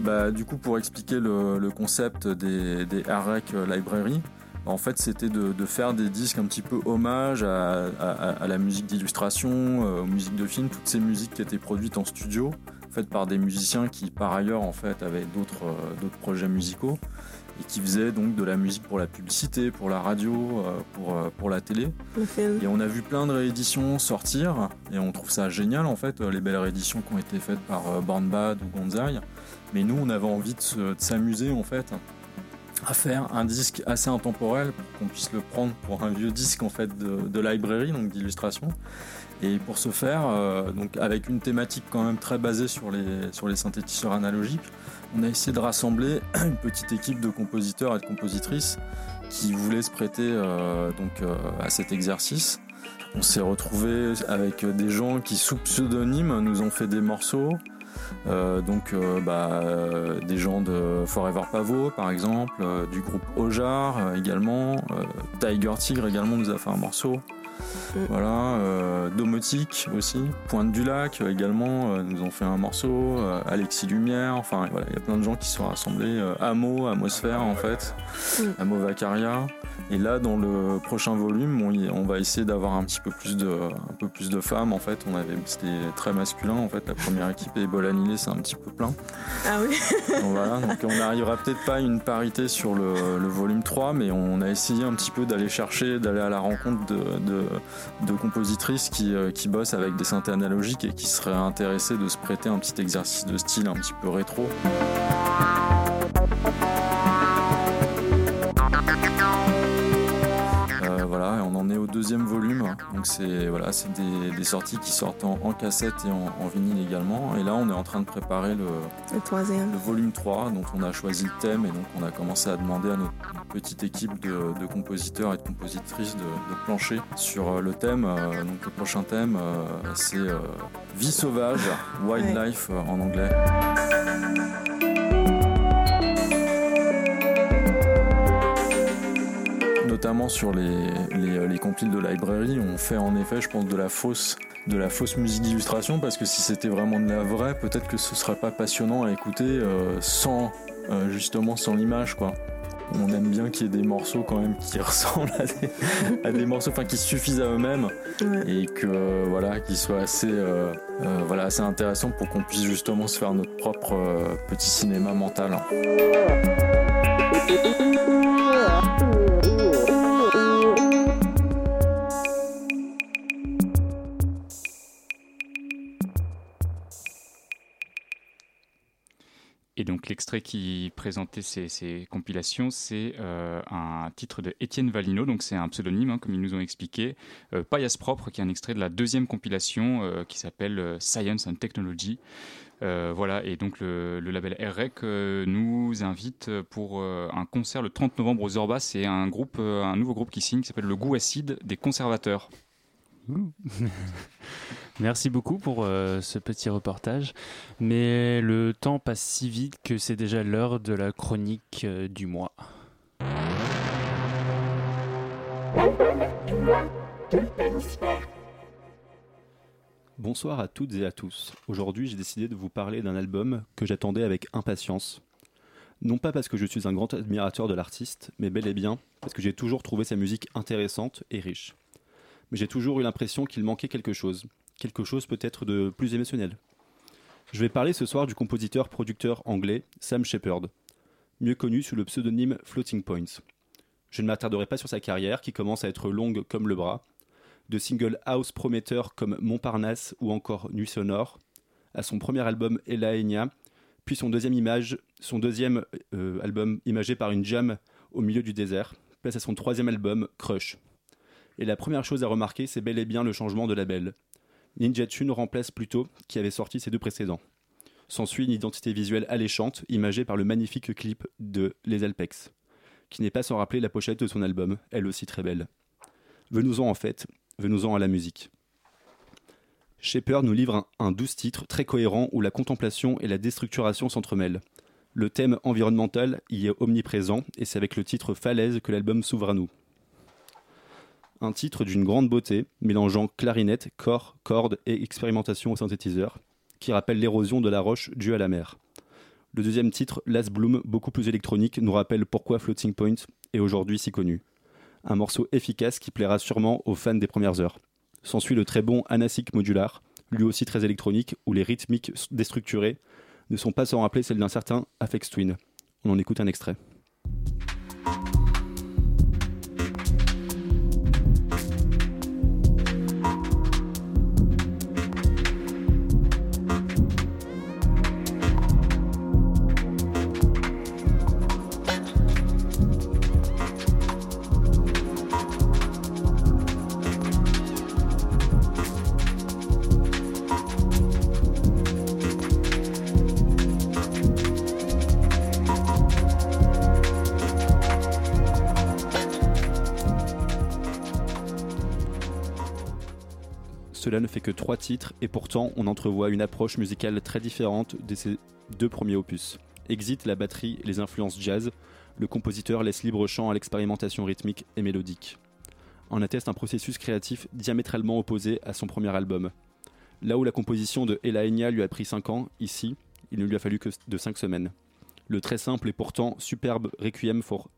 Du coup, pour expliquer le concept des RREC Library, en fait, c'était de faire des disques un petit peu hommage à la musique d'illustration, aux musiques de film, toutes ces musiques qui étaient produites en studio, faites par des musiciens qui, par ailleurs, en fait, avaient d'autres projets musicaux et qui faisaient donc de la musique pour la publicité, pour la radio, pour la télé. Et on a vu plein de rééditions sortir et on trouve ça génial, en fait, les belles rééditions qui ont été faites par Born Bad ou Gonzai. Mais nous, on avait envie de s'amuser, en fait, à faire un disque assez intemporel pour qu'on puisse le prendre pour un vieux disque, en fait, de librairie, donc d'illustration. Et pour ce faire, donc avec une thématique quand même très basée sur les synthétiseurs analogiques, on a essayé de rassembler une petite équipe de compositeurs et de compositrices qui voulaient se prêter à cet exercice. On s'est retrouvés avec des gens qui, sous pseudonyme, nous ont fait des morceaux. Des gens de Forever Pavot par exemple, du groupe Ojar également, Tiger Tigre également nous a fait un morceau. Voilà, Domotique aussi, Pointe du Lac également nous ont fait un morceau, Alexis Lumière, enfin voilà, il y a plein de gens qui sont rassemblés, Atmosphère en fait, Amo Vacaria. Et là dans le prochain volume on va essayer d'avoir un peu plus de femmes en fait. C'était très masculin en fait, la première équipe et Bolanilé c'est un petit peu plein.
Ah oui.
Donc on n'arrivera peut-être pas à une parité sur le volume 3, mais on a essayé un petit peu d'aller à la rencontre de compositrices qui bossent avec des synthés analogiques et qui seraient intéressées de se prêter un petit exercice de style un petit peu rétro. Voilà, et on en est au deuxième volume, donc c'est des sorties qui sortent en cassette et en vinyle également, et là on est en train de préparer le volume 3, dont on a choisi le thème, et donc on a commencé à demander à notre petite équipe de compositeurs et de compositrices de plancher sur le thème. Donc le prochain thème c'est Vie sauvage, Wildlife en anglais. Notamment sur les compiles de librairie, on fait en effet, je pense, de la fausse musique d'illustration, parce que si c'était vraiment de la vraie, peut-être que ce serait pas passionnant à écouter sans l'image, quoi. On aime bien qu'il y ait des morceaux quand même qui ressemblent à des morceaux, enfin qui suffisent à eux-mêmes, et que qu'ils soient assez intéressants pour qu'on puisse justement se faire notre propre petit cinéma mental.
Et donc l'extrait qui présentait ces compilations, c'est un titre de Étienne Valino, donc c'est un pseudonyme, comme ils nous ont expliqué, Paillasse Propre, qui est un extrait de la deuxième compilation qui s'appelle Science and Technology. Voilà, et donc le label RREC nous invite pour un concert le 30 novembre au Zorba. C'est un nouveau groupe qui signe, qui s'appelle le Goût Acide des Conservateurs.
Merci beaucoup pour ce petit reportage, mais le temps passe si vite que c'est déjà l'heure de la chronique du mois.
Bonsoir à toutes et à tous. Aujourd'hui, j'ai décidé de vous parler d'un album que j'attendais avec impatience. Non pas parce que je suis un grand admirateur de l'artiste, mais bel et bien parce que j'ai toujours trouvé sa musique intéressante et riche. Mais j'ai toujours eu l'impression qu'il manquait quelque chose peut-être de plus émotionnel. Je vais parler ce soir du compositeur-producteur anglais Sam Shepard, mieux connu sous le pseudonyme Floating Points. Je ne m'attarderai pas sur sa carrière qui commence à être longue comme le bras, de singles house prometteurs comme Montparnasse ou encore Nuit Sonore, à son premier album Ella Enya, puis son deuxième album imagé par une jam au milieu du désert, place à son troisième album Crush. Et la première chose à remarquer, c'est bel et bien le changement de label. Ninja Tune remplace Pluto, qui avait sorti ses deux précédents. S'ensuit une identité visuelle alléchante, imagée par le magnifique clip de Les Alpex, qui n'est pas sans rappeler la pochette de son album, elle aussi très belle. Venons-en à la musique. Shepard nous livre un 12 titres très cohérent où la contemplation et la déstructuration s'entremêlent. Le thème environnemental y est omniprésent, et c'est avec le titre Falaise que l'album s'ouvre à nous. Un titre d'une grande beauté, mélangeant clarinette, cordes et expérimentation au synthétiseur, qui rappelle l'érosion de la roche due à la mer. Le deuxième titre, Last Bloom, beaucoup plus électronique, nous rappelle pourquoi Floating Point est aujourd'hui si connu. Un morceau efficace qui plaira sûrement aux fans des premières heures. S'ensuit le très bon Anasic Modular, lui aussi très électronique, où les rythmiques déstructurées ne sont pas sans rappeler celles d'un certain Aphex Twin. On en écoute un extrait. Cela ne fait que 3 titres et pourtant on entrevoit une approche musicale très différente de ces 2 premiers opus. Exit la batterie et les influences jazz, le compositeur laisse libre champ à l'expérimentation rythmique et mélodique. En atteste un processus créatif diamétralement opposé à son premier album. Là où la composition de Ella Enya lui a pris 5 ans, ici, il ne lui a fallu que de 5 semaines. Le très simple et pourtant superbe Requiem for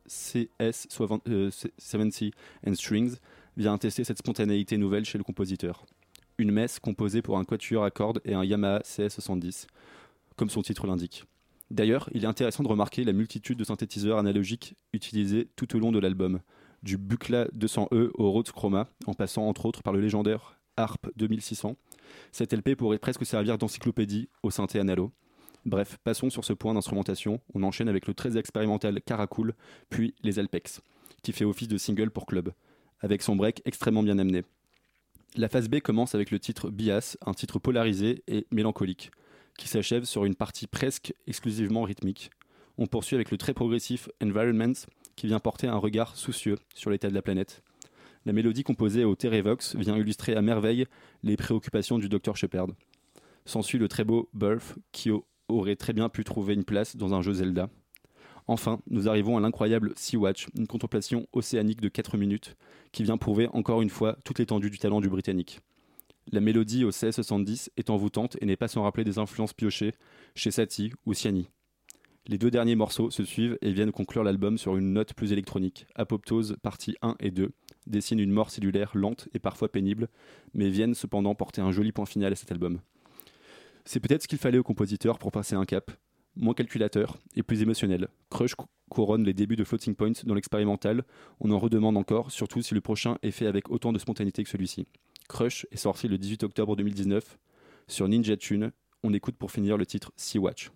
CS70 and Strings vient attester cette spontanéité nouvelle chez le compositeur. Une messe composée pour un quatuor à cordes et un Yamaha CS70, comme son titre l'indique. D'ailleurs, il est intéressant de remarquer la multitude de synthétiseurs analogiques utilisés tout au long de l'album, du Buchla 200E au Rhodes Chroma, en passant entre autres par le légendaire Harp 2600. Cette LP pourrait presque servir d'encyclopédie au synthé analo. Bref, passons sur ce point d'instrumentation, on enchaîne avec le très expérimental Caracool, puis les Alpex, qui fait office de single pour club, avec son break extrêmement bien amené. La phase B commence avec le titre Bias, un titre polarisé et mélancolique, qui s'achève sur une partie presque exclusivement rythmique. On poursuit avec le très progressif Environment, qui vient porter un regard soucieux sur l'état de la planète. La mélodie composée au Therevox vient illustrer à merveille les préoccupations du Dr Shepard. S'ensuit le très beau Birth, qui aurait très bien pu trouver une place dans un jeu Zelda. Enfin, nous arrivons à l'incroyable Sea-Watch, une contemplation océanique de 4 minutes, qui vient prouver encore une fois toute l'étendue du talent du Britannique. La mélodie au CS70 est envoûtante et n'est pas sans rappeler des influences piochées chez Satie ou Siani. Les 2 derniers morceaux se suivent et viennent conclure l'album sur une note plus électronique. Apoptose, partie 1 et 2, dessinent une mort cellulaire lente et parfois pénible, mais viennent cependant porter un joli point final à cet album. C'est peut-être ce qu'il fallait au compositeur pour passer un cap, moins calculateur et plus émotionnel. Crush couronne les débuts de Floating Point dans l'expérimental, on en redemande encore, surtout si le prochain est fait avec autant de spontanéité que celui-ci. Crush est sorti le 18 octobre 2019 sur Ninja Tune, on écoute pour finir le titre Sea-Watch.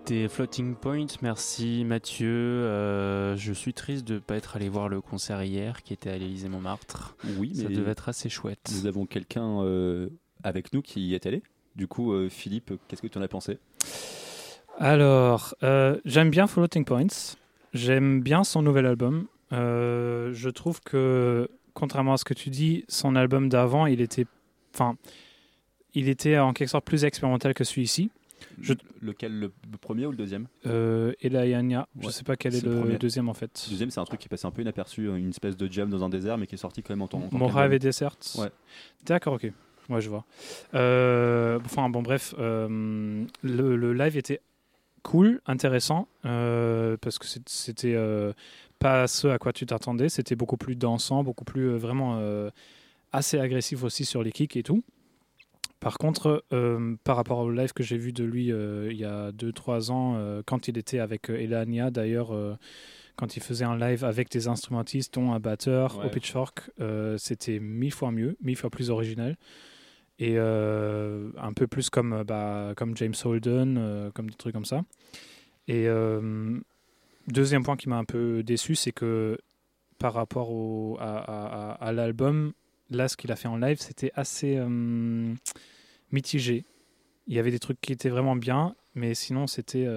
C'était Floating Point, merci Mathieu. Je suis triste de ne pas être allé voir le concert hier qui était à l'Élysée-Montmartre.
Oui, mais
ça devait être assez chouette.
Nous avons quelqu'un avec nous qui y est allé. Du coup, Philippe, qu'est-ce que tu en as pensé ?
Alors, j'aime bien Floating Points. J'aime bien son nouvel album. Je trouve que, contrairement à ce que tu dis, son album d'avant, il était en quelque sorte plus expérimental que celui-ci.
Lequel, le premier ou le deuxième
Elaiania, je
ouais,
sais pas quel est le deuxième en fait.
Le deuxième, c'est un truc qui est passé un peu inaperçu, une espèce de jam dans un désert, mais qui est sorti quand même en tant
Morave et Desert.
Ouais.
D'accord, ok. Ouais, je vois. Bref, le live était cool, intéressant, parce que c'était pas ce à quoi tu t'attendais. C'était beaucoup plus dansant, beaucoup plus vraiment assez agressif aussi sur les kicks et tout. Par contre, par rapport au live que j'ai vu de lui il y a 2-3 ans, quand il était avec Elaiania, d'ailleurs, quand il faisait un live avec des instrumentistes, dont un batteur au Pitchfork, c'était 1000 fois mieux, 1000 fois plus original. Et un peu plus comme James Holden, comme des trucs comme ça. Et deuxième point qui m'a un peu déçu, c'est que par rapport à l'album, là, ce qu'il a fait en live, c'était assez mitigé. Il y avait des trucs qui étaient vraiment bien, mais sinon, c'était...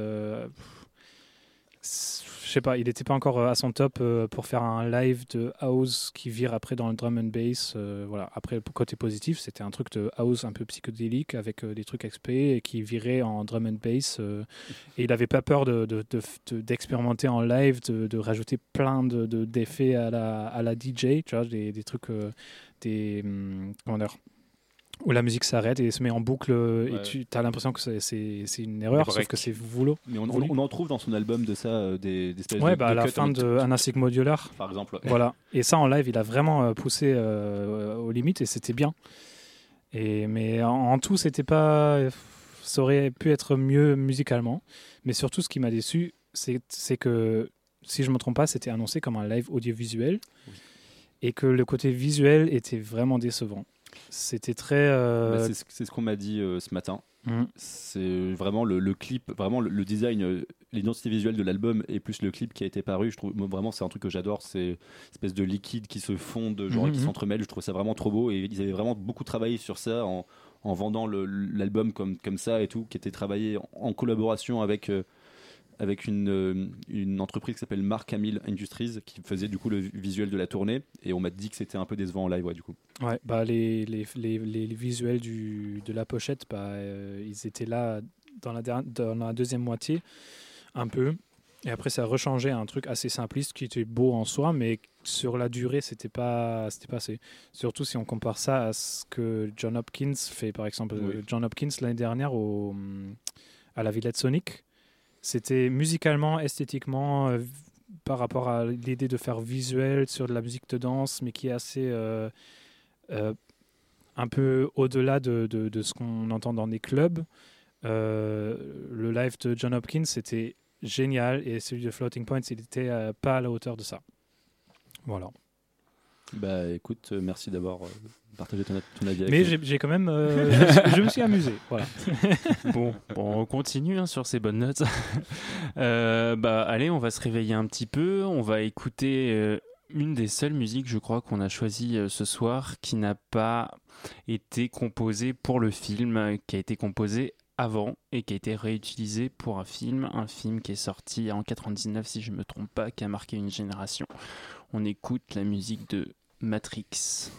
je sais pas, il n'était pas encore à son top pour faire un live de house qui vire après dans le drum and bass. Voilà. Après, le côté positif, c'était un truc de house un peu psychédélique avec des trucs XP et qui virait en drum and bass. Et il n'avait pas peur d'expérimenter en live, de rajouter plein d'effets à la DJ, tu vois, des trucs, comment dire, où la musique s'arrête et se met en boucle et tu as l'impression que c'est une erreur, sauf que c'est voulu.
Mais on en trouve dans son album de ça des espèces
de
à
la fin de Anastic Modular
par exemple. Ouais.
Voilà. Et ça en live il a vraiment poussé aux limites et c'était bien. Mais en tout c'était pas, ça aurait pu être mieux musicalement, mais surtout ce qui m'a déçu c'est que si je me trompe pas c'était annoncé comme un live audiovisuel et que le côté visuel était vraiment décevant. C'était très...
c'est ce qu'on m'a dit ce matin. C'est vraiment le clip, vraiment le design, l'identité visuelle de l'album et plus le clip qui a été paru. Je trouve vraiment c'est un truc que j'adore. C'est une espèce de liquide qui se fondent, genre qui s'entremêlent. Je trouve ça vraiment trop beau et ils avaient vraiment beaucoup travaillé sur ça en vendant l'album comme ça et tout, qui était travaillé en collaboration avec une entreprise qui s'appelle Mark Hamill Industries qui faisait du coup le visuel de la tournée et on m'a dit que c'était un peu décevant en live du coup.
Ouais, les visuels de la pochette, ils étaient là dans la deuxième moitié un peu et après ça a rechangé à un truc assez simpliste qui était beau en soi mais sur la durée c'était pas assez. Surtout si on compare ça à ce que John Hopkins fait par exemple. John Hopkins l'année dernière à la Villette Sonic. C'était musicalement, esthétiquement, par rapport à l'idée de faire visuel sur de la musique de danse, mais qui est assez un peu au-delà de ce qu'on entend dans des clubs. Le live de John Hopkins, c'était génial, et celui de Floating Points, il n'était pas à la hauteur de ça. Voilà.
Bah écoute, merci d'avoir partagé ton avis avec
Mais
nous.
j'ai quand même... je me suis amusé. Voilà.
Bon, on continue sur ces bonnes notes. Allez, on va se réveiller un petit peu. On va écouter une des seules musiques, je crois, qu'on a choisies ce soir, qui n'a pas été composée pour le film, qui a été composée avant et qui a été réutilisée pour un film qui est sorti en 99, si je ne me trompe pas, qui a marqué une génération. On écoute la musique de Matrix.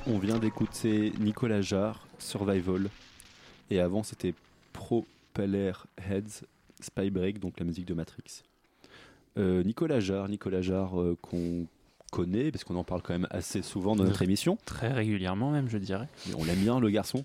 On vient d'écouter Nicolas Jarre, Survival. Et avant, c'était Propeller Heads, Spy Break, donc la musique de Matrix. Nicolas Jarre qu'on connaît, parce qu'on en parle quand même assez souvent dans notre émission.
Très régulièrement même, je dirais.
Mais on l'aime bien, le garçon.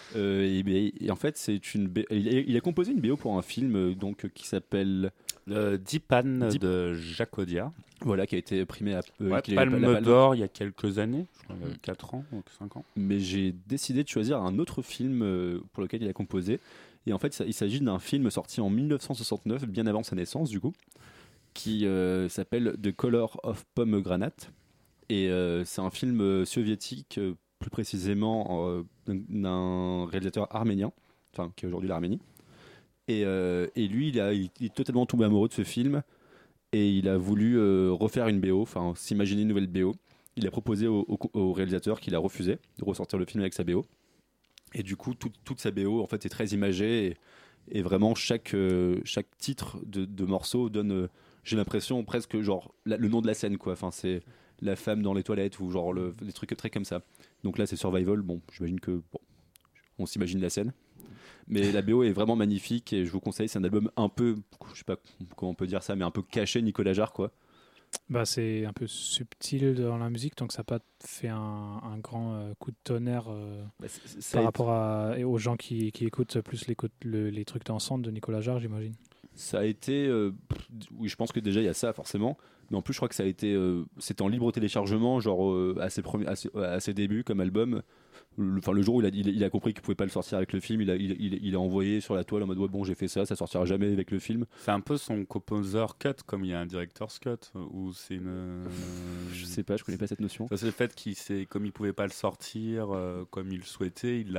Et en fait, il a composé une BO pour un film donc, qui s'appelle...
Dipan de Jacques Audiard.
Voilà, qui a été primé à
Palme d'Or il y a quelques années, je crois, 4 ans ou 5 ans.
Mais j'ai décidé de choisir un autre film pour lequel il a composé. Et en fait, il s'agit d'un film sorti en 1969, bien avant sa naissance du coup, qui s'appelle The Color of Pomegranate. Et c'est un film soviétique, plus précisément d'un réalisateur arménien, enfin qui est aujourd'hui l'Arménie. Et lui, il est totalement tombé amoureux de ce film et il a voulu refaire une BO, enfin s'imaginer une nouvelle BO. Il a proposé au réalisateur qu'il a refusé de ressortir le film avec sa BO. Et du coup, toute sa BO en fait est très imagée et vraiment chaque titre de morceau donne, j'ai l'impression presque genre le nom de la scène quoi. Enfin c'est la femme dans les toilettes ou genre des trucs très comme ça. Donc là c'est Survival. Bon, j'imagine que on s'imagine la scène. Mais la BO est vraiment magnifique et je vous conseille, c'est un album un peu, je sais pas comment on peut dire ça, mais un peu caché Nicolas Jarre quoi.
Bah, c'est un peu subtil dans la musique, donc ça n'a pas fait un grand coup de tonnerre par rapport aux gens qui écoutent plus les trucs dansants de Nicolas Jarre, j'imagine.
Ça a été, oui, je pense que déjà il y a ça forcément, mais en plus je crois que ça a été, c'était en libre téléchargement, genre à ses débuts comme album. Le jour où il a compris qu'il pouvait pas le sortir avec le film, il a envoyé sur la toile en mode ouais, bon j'ai fait ça sortira jamais avec le film.
C'est un peu son composer cut comme il y a un director's cut ou c'est une.
Je sais pas, je connais pas cette notion.
Ça, c'est le fait comme il pouvait pas le sortir comme il le souhaitait, il a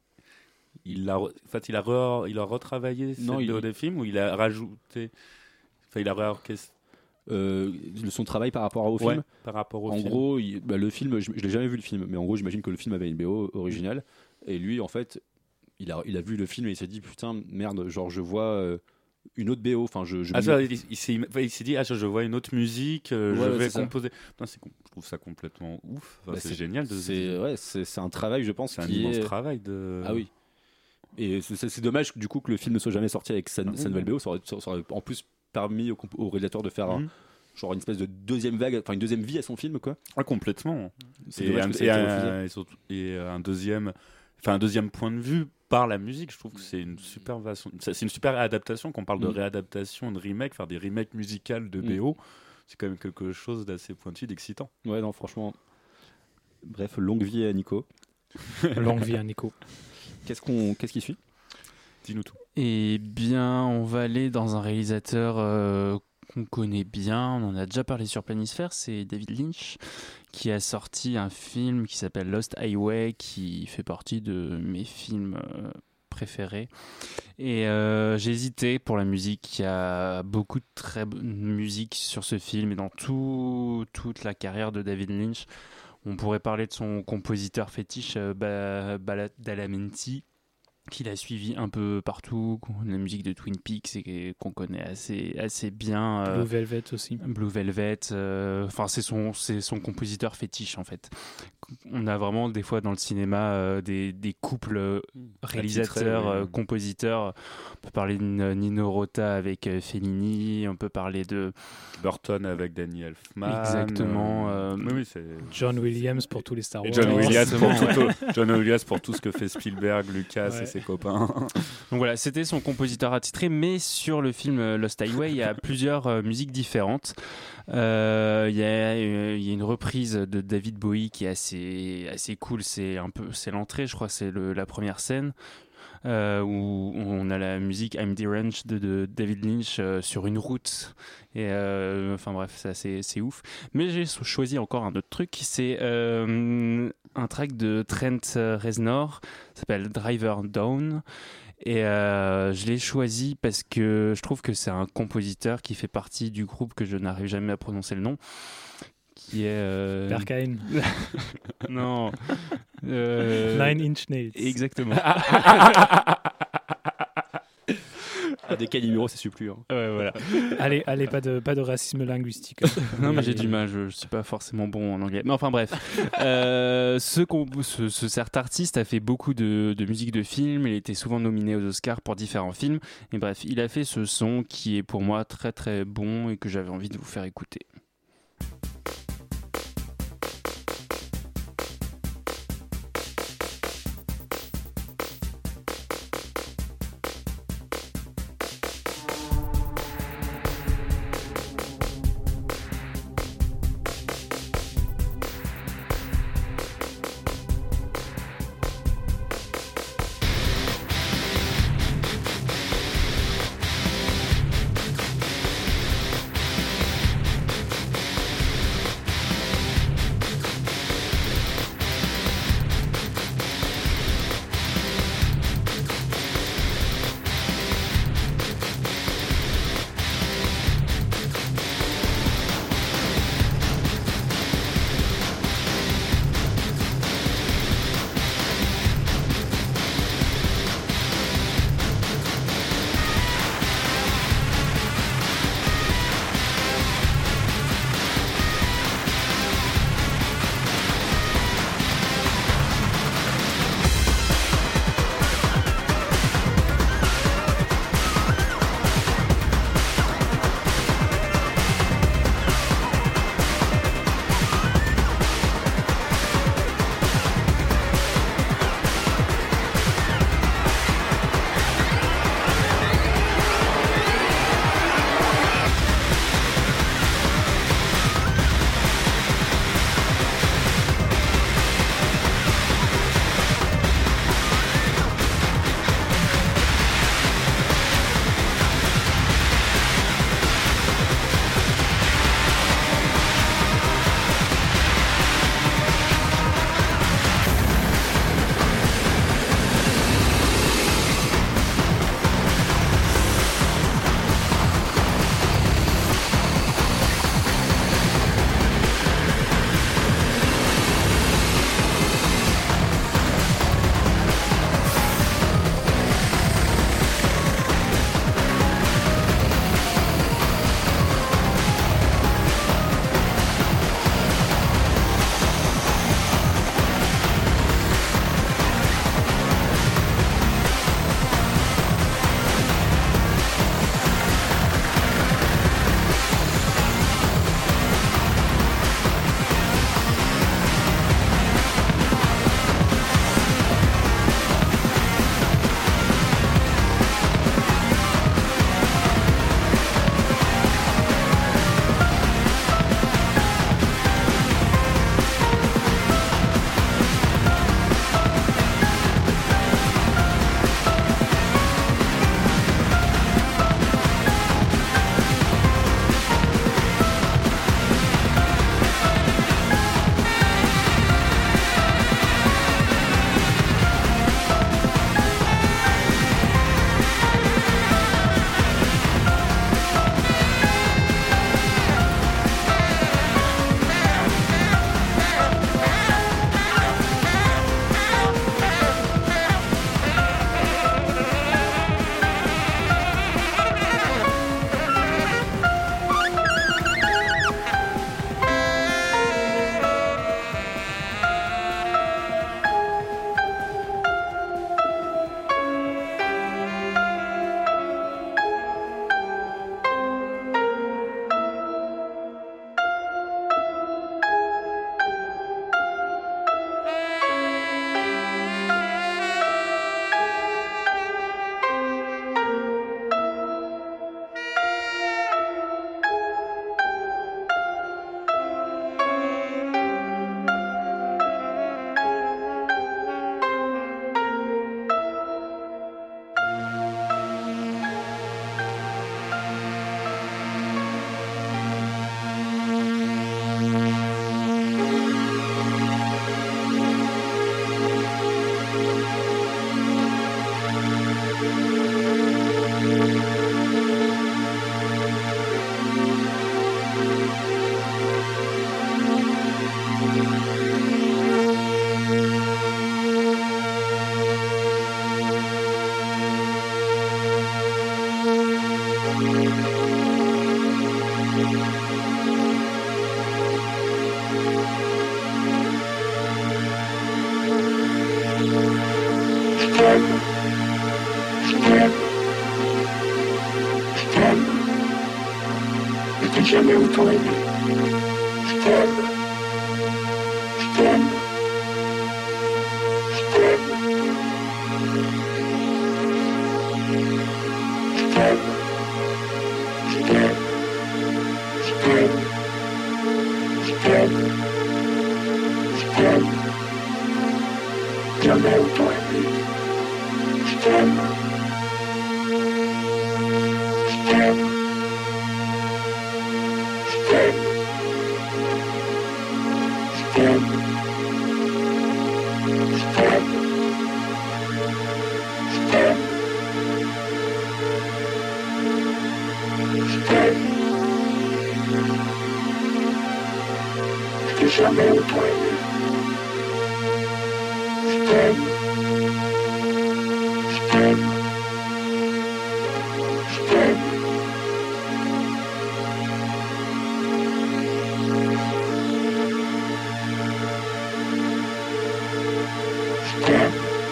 retravaillé des films ou il a rajouté, enfin il a réorchestré.
Son travail par rapport au film.
Par rapport au
film. En gros, le film, je l'ai jamais vu le film, mais en gros, j'imagine que le film avait une BO originale. Et lui, en fait, il a vu le film et il s'est dit putain, merde, genre je vois une autre BO. Enfin, il
s'est dit je vois une autre musique, je vais composer. Putain, je trouve ça complètement ouf. Enfin, c'est génial.
C'est un travail, je pense.
C'est un immense travail de.
Ah oui. Et c'est dommage du coup que le film ne soit jamais sorti avec sa nouvelle BO. Ça aurait en plus permis au réalisateur de faire genre une espèce de deuxième vague, enfin une deuxième vie à son film quoi.
Ah, complètement. Et un deuxième point de vue par la musique, je trouve que c'est une super adaptation. Quand on parle de réadaptation, de remake, faire des remakes musicales de BO, c'est quand même quelque chose d'assez pointu, d'excitant.
Ouais, non, franchement. Bref, longue vie à Nico.
Longue vie à Nico.
Qu'est-ce qui suit ?
Dis-nous tout.
Eh bien, on va aller dans un réalisateur qu'on connaît bien, on en a déjà parlé sur Planisphère, c'est David Lynch qui a sorti un film qui s'appelle Lost Highway, qui fait partie de mes films préférés. Et j'ai hésité pour la musique, il y a beaucoup de très bonne musique sur ce film et dans toute la carrière de David Lynch. On pourrait parler de son compositeur fétiche, Badalamenti, qu'il a suivi un peu partout, la musique de Twin Peaks et qu'on connaît assez bien.
Blue Velvet aussi.
Blue Velvet, enfin c'est son compositeur fétiche en fait. On a vraiment des fois dans le cinéma des couples réalisateurs, compositeurs. On peut parler de Nino Rota avec Fellini, on peut parler de
Burton avec Danny Elfman.
Exactement.
Oui, c'est
John Williams pour tous les Star Wars.
John Williams pour tout ce que fait Spielberg, Lucas et ses copains.
Donc voilà, c'était son compositeur attitré, mais sur le film Lost Highway, il y a plusieurs musiques différentes. Il y a une reprise de David Bowie qui est assez cool. C'est l'entrée, je crois, c'est la première scène. Où on a la musique I'm Deranged de David Lynch sur une route et enfin bref c'est ouf, mais j'ai choisi encore un autre truc, c'est un track de Trent Reznor, ça s'appelle Driver Down et je l'ai choisi parce que je trouve que c'est un compositeur qui fait partie du groupe que je n'arrive jamais à prononcer le nom, qui est
Berkane.
Non.
9 Inch Nails.
Exactement.
des Calimero, ça suit plus. Hein.
Ouais, voilà.
allez, pas de racisme linguistique.
Non, mais j'ai du mal, je suis pas forcément bon en anglais. Mais enfin bref, cet artiste a fait beaucoup de musique de film, il était souvent nominé aux Oscars pour différents films, et bref, il a fait ce son qui est pour moi très très bon et que j'avais envie de vous faire écouter.
auto aimé. Je t'aime. Je t'aime. Je t'aime. Je t'aime. Je t'aime. Je t'aime. Je t'aime. Je t'aime. Jamais autant aimé. Je t'aime. Je t'aime. Je t'aime. Je t'aime. Je t'aime. Je t'aime. Je t'aime. Je t'ai jamais autant aimé. Je t'aime. Je t'aime. Je t'aime. Je t'aime.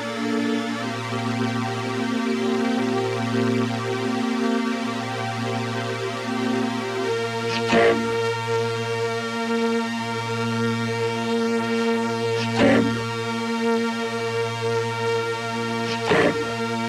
Je t'aime. Je t'aime. Je t'aime.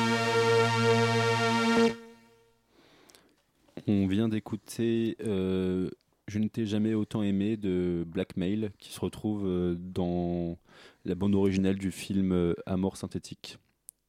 On vient d'écouter Je ne t'ai jamais autant aimé de Blackmail, qui se retrouve dans la bande originale du film Amour synthétique.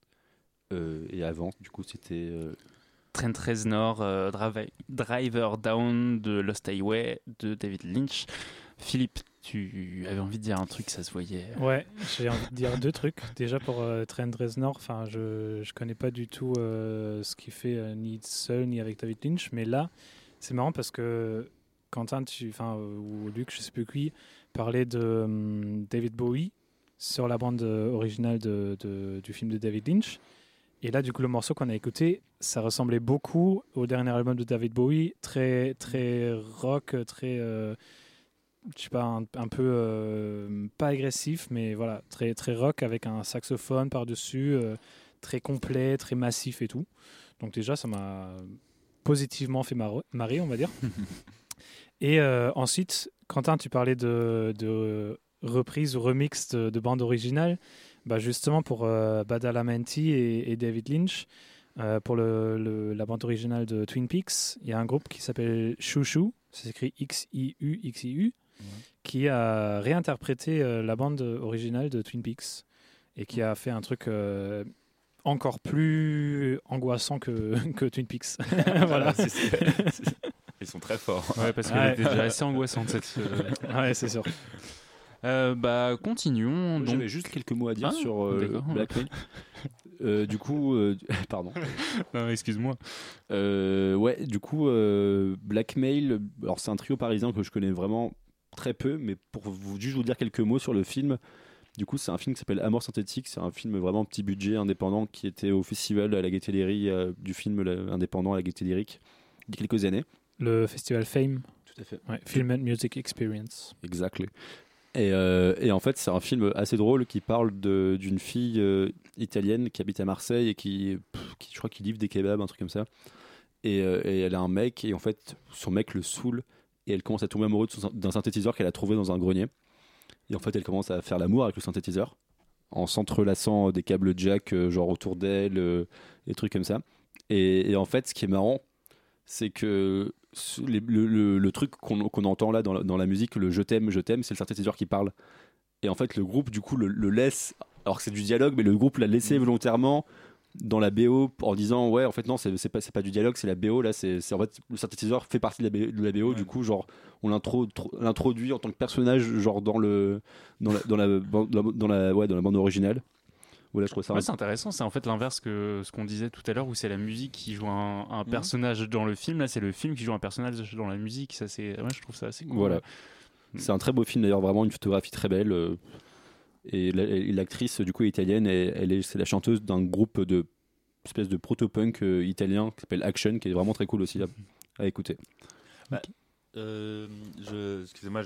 Et avant, du coup, c'était
Trent Reznor, Driver Down de Lost Highway de David Lynch. Philippe, tu avais envie de dire un truc, ça se voyait.
Ouais, j'ai envie de dire deux trucs. Déjà pour Trent Reznor, je connais pas du tout ce qu'il fait ni seul ni avec David Lynch, mais là, c'est marrant parce que Quentin, ou Luc, je sais plus qui, parlait de David Bowie sur la bande originale du film de David Lynch. Et là, du coup, le morceau qu'on a écouté, ça ressemblait beaucoup au dernier album de David Bowie, très, très rock, très, je sais pas, un peu pas agressif, mais voilà, très, très rock avec un saxophone par-dessus, très complet, très massif et tout. Donc déjà, ça m'a positivement fait marrer, on va dire. Et ensuite, Quentin, tu parlais de reprise ou remix de bande originale. Bah justement, pour Badalamenti et David Lynch, pour la bande originale de Twin Peaks, il y a un groupe qui s'appelle Chouchou, ça s'écrit Xiu, qui a réinterprété la bande originale de Twin Peaks et qui a fait un truc encore plus angoissant que Twin Peaks. Voilà.
Ils sont très forts.
Ouais, parce qu'elle était déjà assez angoissante cette.
Ouais, c'est sûr.
Continuons.
J'avais juste quelques mots à dire sur Blackmail. Du coup, pardon.
Non, excuse-moi.
Ouais, du coup, Blackmail. Alors, c'est un trio parisien que je connais vraiment très peu, mais pour juste vous dire quelques mots sur le film. Du coup, c'est un film qui s'appelle Amour synthétique. C'est un film vraiment petit budget, indépendant, qui était au festival à la Gaîté Lyrique du film indépendant à la Gaîté Lyrique il y a quelques années.
Le festival Fame.
Tout à fait.
Ouais, Film and Music Experience.
Exactly. Et en fait, c'est un film assez drôle qui parle d'une fille italienne qui habite à Marseille et qui je crois, qui livre des kebabs, un truc comme ça. Et elle a un mec, et en fait, son mec le saoule, et elle commence à tomber amoureuse d'un synthétiseur qu'elle a trouvé dans un grenier. Et en fait, elle commence à faire l'amour avec le synthétiseur, en s'entrelaçant des câbles jack genre autour d'elle, des trucs comme ça. Et en fait, ce qui est marrant, c'est que le truc qu'on entend là dans la musique, le je t'aime, c'est le synthétiseur qui parle. Et en fait, le groupe, du coup, le laisse, alors que c'est du dialogue, mais le groupe l'a laissé volontairement dans la BO en disant ouais, en fait, non, c'est pas du dialogue, c'est la BO. Là, c'est en fait, le synthétiseur fait partie de la BO, ouais. Du coup, genre, on l'introduit en tant que personnage, genre, dans la bande originale. Voilà, je trouve ça
c'est intéressant, c'est en fait l'inverse que ce qu'on disait tout à l'heure où c'est la musique qui joue un personnage dans le film. Là, c'est le film qui joue un personnage dans la musique. Ça, je trouve ça assez cool.
Voilà. C'est un très beau film d'ailleurs, vraiment une photographie très belle. Et l'actrice du coup est italienne, et c'est la chanteuse d'un groupe de espèce de proto-punk italien qui s'appelle Action, qui est vraiment très cool aussi à écouter.
Excusez-moi,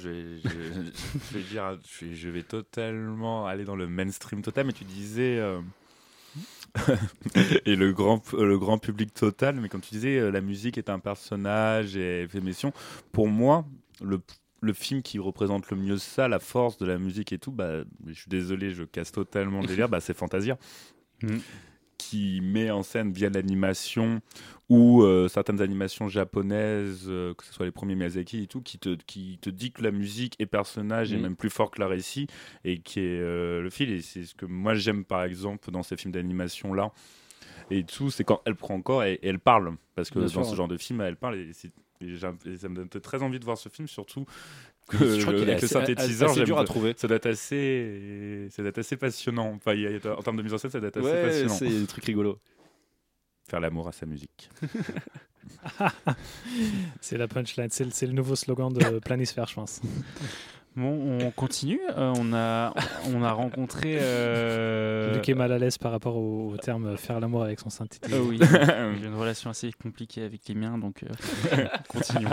je vais totalement aller dans le mainstream total, mais tu disais et le grand public total. Mais comme tu disais, la musique est un personnage et fait mission. Pour moi, le film qui représente le mieux ça, la force de la musique et tout, je suis désolé, je casse totalement le délire, c'est Fantasia. Qui met en scène via l'animation ou certaines animations japonaises, que ce soit les premiers Miyazaki et tout, qui te dit que la musique et personnage est même plus fort que le récit et qui est le fil. Et c'est ce que moi j'aime par exemple dans ces films d'animation là et tout, c'est quand elle prend corps et elle parle, parce que dans ce genre de film elle parle et ça me donne très envie de voir ce film, surtout
je crois qu'il est
avec le synthétiseur,
assez dur à trouver.
Ça doit être assez passionnant. Enfin, en termes de mise en scène, ça doit être assez passionnant.
C'est des trucs rigolos.
Faire l'amour à sa musique.
C'est la punchline, c'est le nouveau slogan de Planisphère, je pense.
Bon, on continue. On a rencontré.
Luc est mal à l'aise par rapport au terme faire l'amour avec son synthétiseur.
Oui, j'ai une relation assez compliquée avec les miens, donc continuons.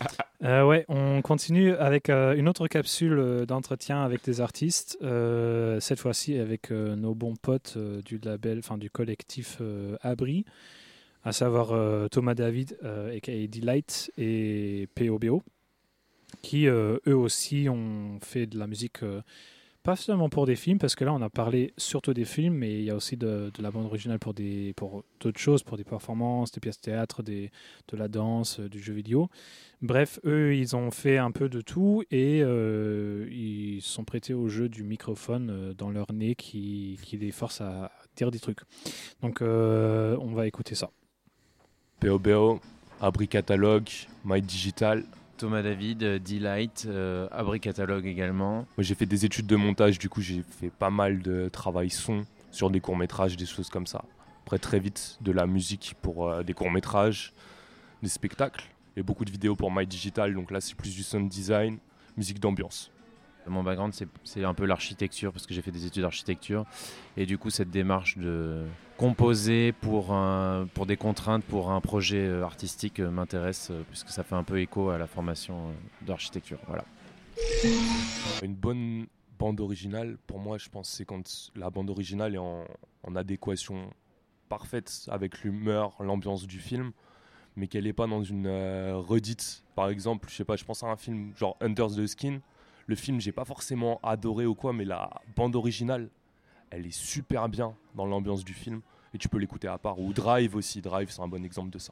On continue avec une autre capsule d'entretien avec des artistes. Cette fois-ci avec nos bons potes du label, enfin du collectif Abri, à savoir Thomas David, aka Delight, et POBO. Qui eux aussi ont fait de la musique, pas seulement pour des films, parce que là on a parlé surtout des films, mais il y a aussi de la bande originale pour d'autres choses, pour des performances, des pièces de théâtre, de la danse, du jeu vidéo. Bref, eux ils ont fait un peu de tout et ils se sont prêtés au jeu du microphone dans leur nez qui les force à dire des trucs. Donc on va écouter ça.
POBO, Abri Catalogue, My Digital.
Thomas David, Delight, Abri Catalogue également.
Moi, j'ai fait des études de montage, du coup j'ai fait pas mal de travail son sur des courts-métrages, des choses comme ça. Après très vite de la musique pour des courts-métrages, des spectacles et beaucoup de vidéos pour My Digital, donc là c'est plus du sound design, musique d'ambiance.
Mon background c'est un peu l'architecture parce que j'ai fait des études d'architecture et du coup cette démarche de composer pour des contraintes pour un projet artistique m'intéresse puisque ça fait un peu écho à la formation d'architecture. Voilà.
Une bonne bande originale pour moi je pense c'est quand la bande originale est en adéquation parfaite avec l'humeur, l'ambiance du film, mais qu'elle n'est pas dans une redite. Par exemple, je pense à un film genre Under the Skin. Le film, j'ai pas forcément adoré ou quoi, mais la bande originale, elle est super bien dans l'ambiance du film. Et tu peux l'écouter à part. Ou Drive aussi. Drive, c'est un bon exemple de ça.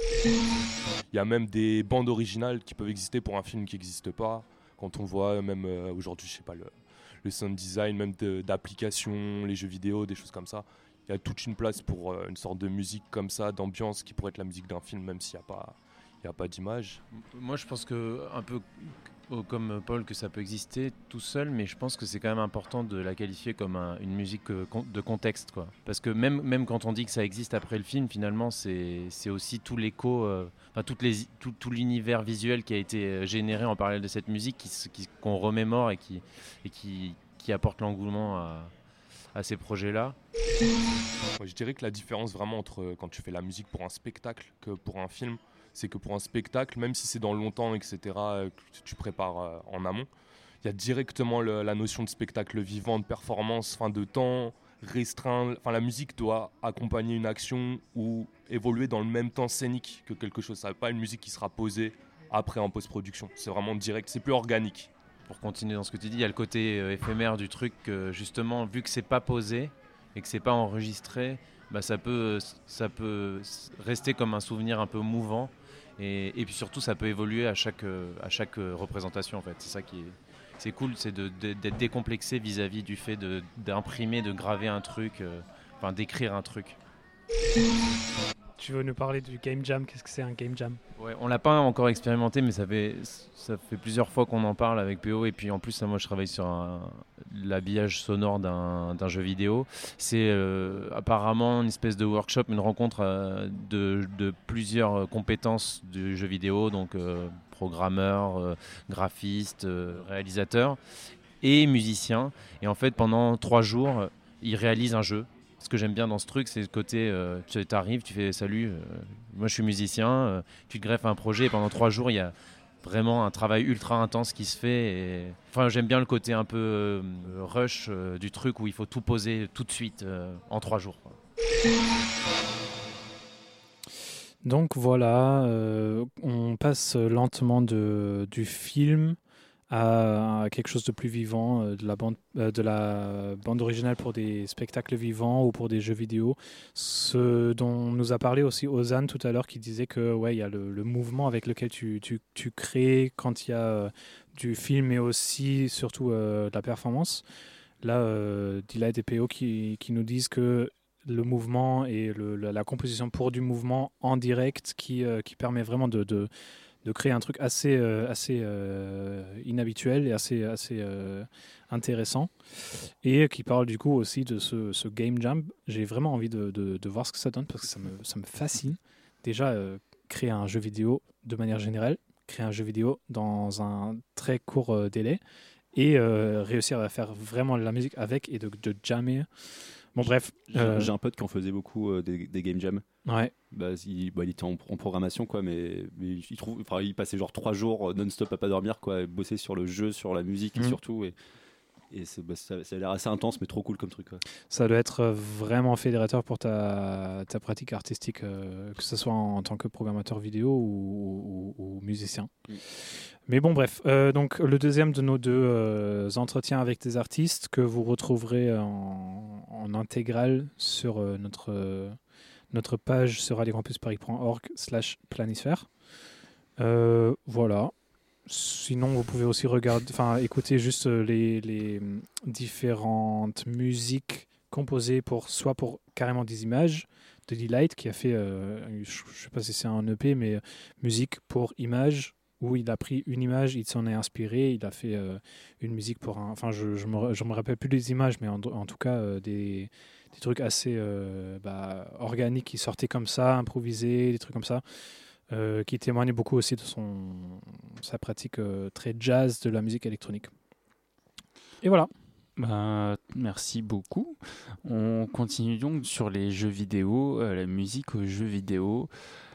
Il y a même des bandes originales qui peuvent exister pour un film qui n'existe pas. Quand on voit même aujourd'hui, je sais pas, le sound design, même d'applications, les jeux vidéo, des choses comme ça. Il y a toute une place pour une sorte de musique comme ça, d'ambiance, qui pourrait être la musique d'un film, même s'il n'y a pas d'image.
Moi, je pense que un peu comme Paul, que ça peut exister tout seul, mais je pense que c'est quand même important de la qualifier comme une musique de contexte, quoi. Parce que même quand on dit que ça existe après le film, finalement, c'est aussi tout l'écho, tout l'univers visuel qui a été généré en parallèle de cette musique qu'on remémore et qui apporte l'engouement à ces projets-là.
Moi, je dirais que la différence vraiment entre quand tu fais la musique pour un spectacle que pour un film, c'est que pour un spectacle, même si c'est dans longtemps, etc., que tu prépares en amont, il y a directement la notion de spectacle vivant, de performance, de temps restreint. La musique doit accompagner une action ou évoluer dans le même temps scénique que quelque chose. Ça n'est pas une musique qui sera posée après en post-production. C'est vraiment direct, c'est plus organique.
Pour continuer dans ce que tu dis, il y a le côté éphémère du truc, justement, vu que c'est pas posé et que c'est pas enregistré, ça peut rester comme un souvenir un peu mouvant. Et puis surtout, ça peut évoluer à chaque représentation, en fait. C'est ça qui c'est cool, c'est d'être décomplexé vis-à-vis du fait d'imprimer, de graver un truc, d'écrire un truc.
Tu veux nous parler du Game Jam? Qu'est-ce que c'est un Game Jam?
Ouais, on l'a pas encore expérimenté, mais ça fait plusieurs fois qu'on en parle avec PO. Et puis en plus, moi je travaille sur l'habillage sonore d'un jeu vidéo. C'est apparemment une espèce de workshop, une rencontre de plusieurs compétences du jeu vidéo, donc programmeur, graphiste, réalisateur et musicien. Et en fait, pendant 3 jours, ils réalisent un jeu. Ce que j'aime bien dans ce truc, c'est le côté, tu arrives, tu fais salut, moi je suis musicien, tu te greffes un projet et pendant 3 jours, il y a vraiment un travail ultra intense qui se fait. J'aime bien le côté un peu rush du truc où il faut tout poser tout de suite en 3 jours.
Donc voilà, on passe lentement du film à quelque chose de plus vivant, de la bande originale pour des spectacles vivants ou pour des jeux vidéo. Ce dont nous a parlé aussi Ozan tout à l'heure, qui disait que il y a le mouvement avec lequel tu crées quand il y a du film, mais aussi surtout de la performance. Là, Delight et PO qui nous disent que le mouvement et la composition pour du mouvement en direct qui permet vraiment de créer un truc assez inhabituel et assez intéressant, et qui parle du coup aussi de ce game jam. J'ai vraiment envie de voir ce que ça donne, parce que ça me fascine. Déjà, créer un jeu vidéo de manière générale, créer un jeu vidéo dans un très court délai, et réussir à faire vraiment de la musique avec et de jammer. Bon, bref.
J'ai un pote qui en faisait beaucoup des game jams.
Ouais.
Il était en programmation, quoi, mais il passait genre 3 jours non-stop à pas dormir, quoi, bosser sur le jeu, sur la musique et surtout. Et ça a l'air assez intense, mais trop cool comme truc, quoi.
Ça doit être vraiment fédérateur pour ta pratique artistique, que ce soit en tant que programmateur vidéo ou musicien. Mais bon, bref. Donc, le deuxième de nos deux entretiens avec des artistes que vous retrouverez en intégrale sur notre page sur radiocampusparis.org/planisphère. Voilà. Sinon, vous pouvez aussi écouter juste les différentes musiques composées soit pour carrément des images de Delight, qui a fait, je ne sais pas si c'est un EP, mais musique pour images, où il a pris une image, il s'en est inspiré, il a fait une musique pour un... Enfin, je me rappelle plus des images, mais en tout cas, des trucs assez organiques qui sortaient comme ça, improvisés, des trucs comme ça. Qui témoigne beaucoup aussi de sa pratique très jazz de la musique électronique. Et voilà.
Merci beaucoup. On continue donc sur les jeux vidéo, la musique aux jeux vidéo.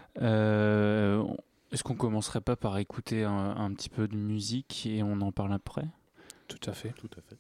Est-ce qu'on commencerait pas par écouter un petit peu de musique et on en parle après ?
Tout à fait.
Tout à fait.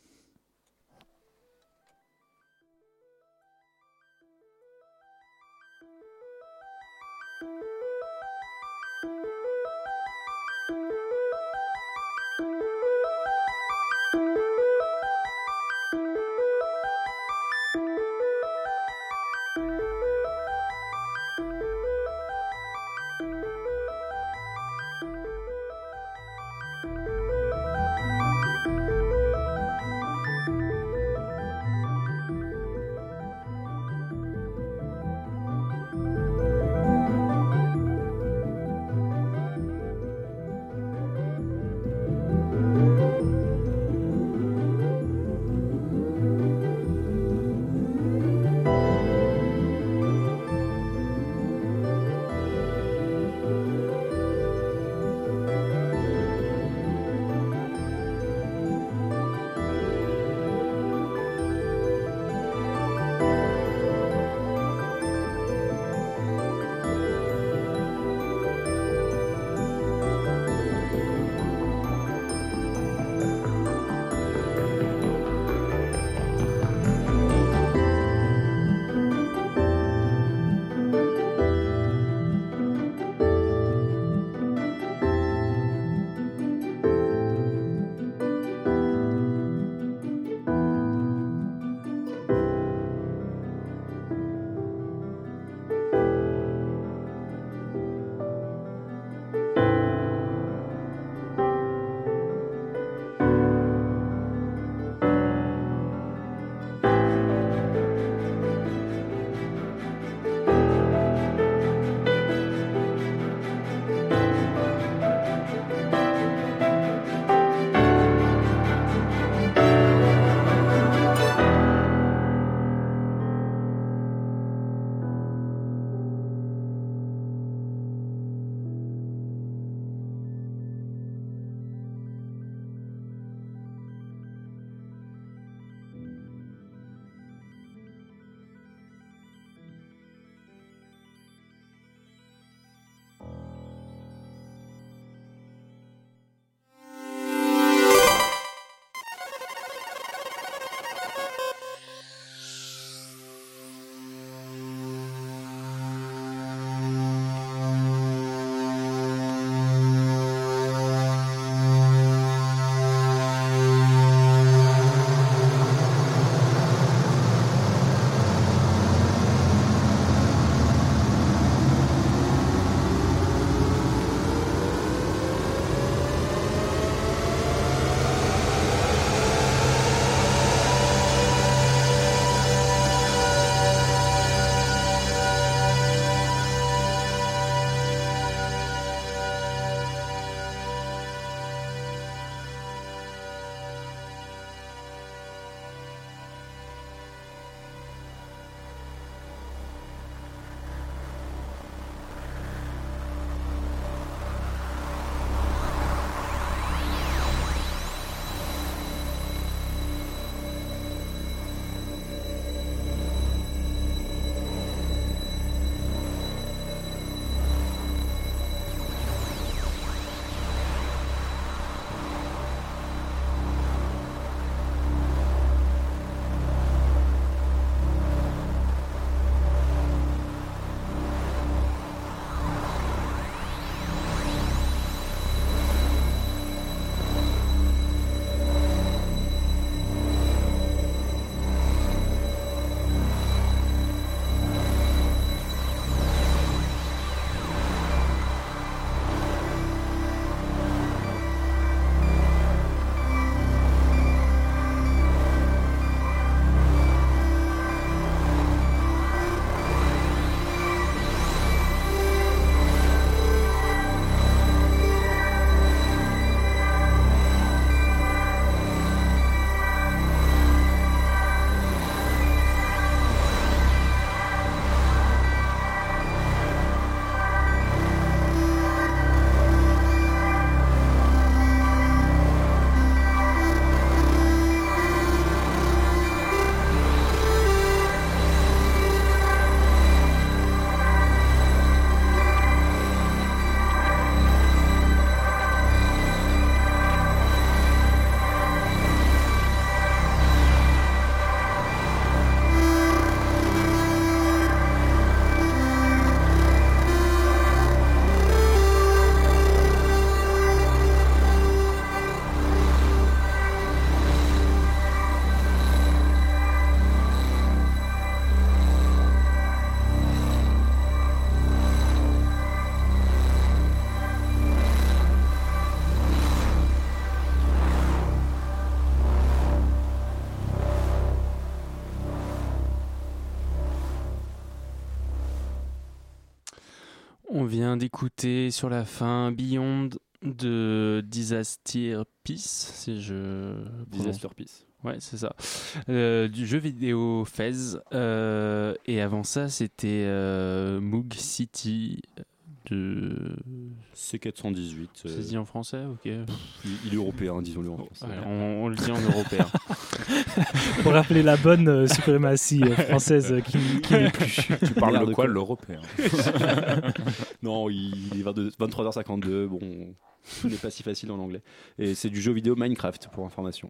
On vient d'écouter sur la fin Beyond de Disaster Peace, si je...
Disaster Peace.
Ouais, c'est ça. Du jeu vidéo Fez. Et avant ça, c'était Moog City de...
C418.
C'est dit en français, ok.
Il est européen, disons-le en français.
Ouais, on le dit en européen.
Pour rappeler la bonne suprématie française qui n'est plus.
Tu parles de quoi, l'européen?
Non, il est 23h52, bon, tout n'est pas si facile en anglais. Et c'est du jeu vidéo Minecraft, pour information.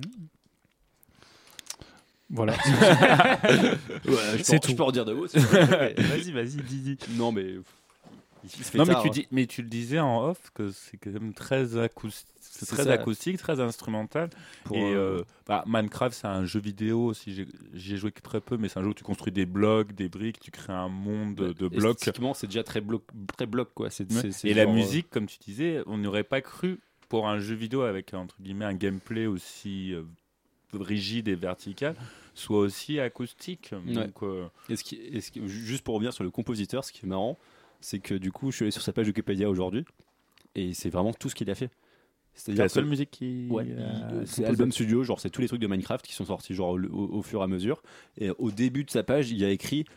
Voilà.
Ouais, je peux en dire de mots.
Vas-y, dis.
Non, mais...
mais tu le disais en off que c'est quand même très acoustique, très instrumental. Minecraft, c'est un jeu vidéo. J'y ai joué que très peu, mais c'est un jeu où tu construis des blocs, des briques, tu crées un monde de blocs.
Esthétiquement, c'est déjà très bloc quoi.
Et la musique, comme tu disais, on n'aurait pas cru pour un jeu vidéo avec entre guillemets un gameplay aussi rigide et vertical, soit aussi acoustique.
Ouais.
Donc,
juste pour revenir sur le compositeur, ce qui est marrant, c'est que du coup, je suis allé sur sa page Wikipédia aujourd'hui, et c'est vraiment tout ce qu'il a fait.
C'est la seule musique qui...
Ouais, c'est Album Studio, genre c'est tous les trucs de Minecraft qui sont sortis genre au fur et à mesure. Et au début de sa page, il y a écrit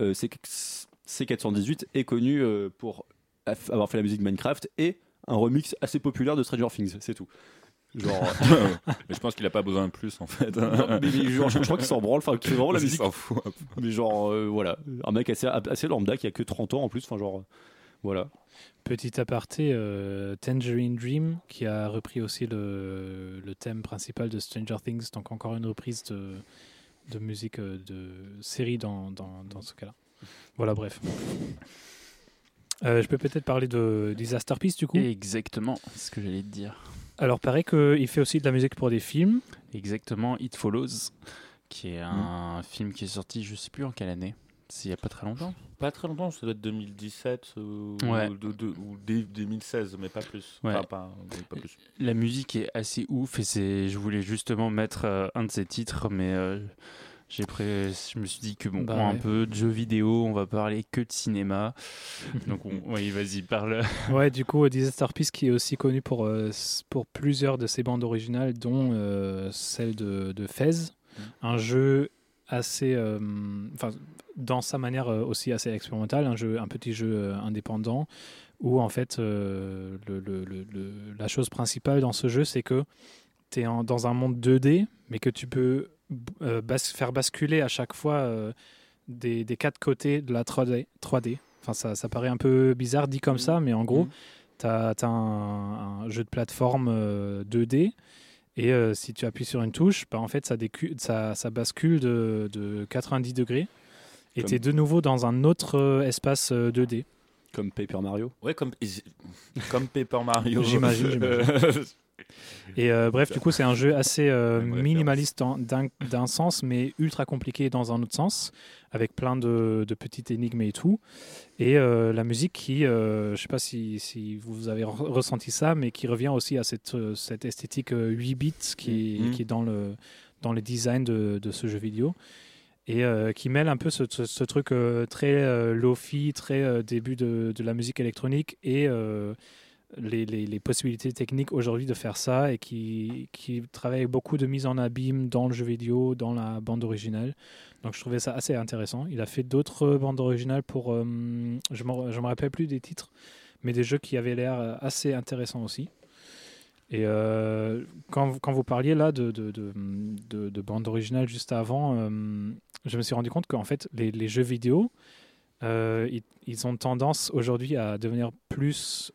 C418 est connu pour avoir fait la musique de Minecraft et un remix assez populaire de Stranger Things, c'est tout. Genre,
mais je pense qu'il a pas besoin de plus en fait.
Non, mais genre, je crois qu'il s'en branle, enfin, qu'il fait vraiment la musique.
Il s'en fout.
Mais genre, voilà, un mec assez lambda qui a que 30 ans en plus, enfin genre, voilà.
Petit aparté, Tangerine Dream qui a repris aussi le thème principal de Stranger Things, donc encore une reprise de musique de série dans ce cas-là. Voilà, bref. Je peux peut-être parler de Disaster Peace du coup.
Exactement, c'est ce que j'allais te dire.
Alors, paraît qu'il fait aussi de la musique pour des films.
Exactement, It Follows, qui est un film qui est sorti, je sais plus en quelle année. C'est il n'y a pas très longtemps.
Pas très longtemps, ça doit être 2017 ou 2016, mais pas plus.
Ouais.
Enfin, pas plus.
La musique est assez ouf et je voulais justement mettre un de ces titres, mais je me suis dit que un peu de jeux vidéo, on va parler que de cinéma. Donc oui, vas-y, parle.
Ouais, du coup, Disaster Peace qui est aussi connu pour plusieurs de ses bandes originales, dont celle de Fez, un jeu assez, dans sa manière aussi assez expérimentale, un petit jeu indépendant où en fait la chose principale dans ce jeu, c'est que tu es dans un monde 2D, mais que tu peux faire basculer à chaque fois des quatre côtés de la 3D. Enfin, ça paraît un peu bizarre dit comme ça, mais en gros, tu as un jeu de plateforme 2D, et si tu appuies sur une touche, en fait, ça bascule de 90 degrés, et tu es de nouveau dans un autre espace 2D.
Comme Paper Mario.
Ouais, comme Paper Mario.
J'imagine. Et bref, du coup, c'est un jeu assez minimaliste d'un sens, mais ultra compliqué dans un autre sens, avec plein de petites énigmes et tout. Et la musique qui, je sais pas si vous avez ressenti ça, mais qui revient aussi à cette esthétique 8 bits qui est dans le design de ce jeu vidéo. Et qui mêle un peu ce truc très lo-fi, très début de la musique électronique, et les possibilités techniques aujourd'hui de faire ça, et qui travaille avec beaucoup de mise en abîme dans le jeu vidéo, dans la bande originale. Donc je trouvais ça assez intéressant. Il a fait d'autres bandes originales pour, je me rappelle plus des titres, mais des jeux qui avaient l'air assez intéressants aussi. Et quand vous parliez là de bande originale juste avant, je me suis rendu compte qu'en fait les jeux vidéo, ils ont tendance aujourd'hui à devenir plus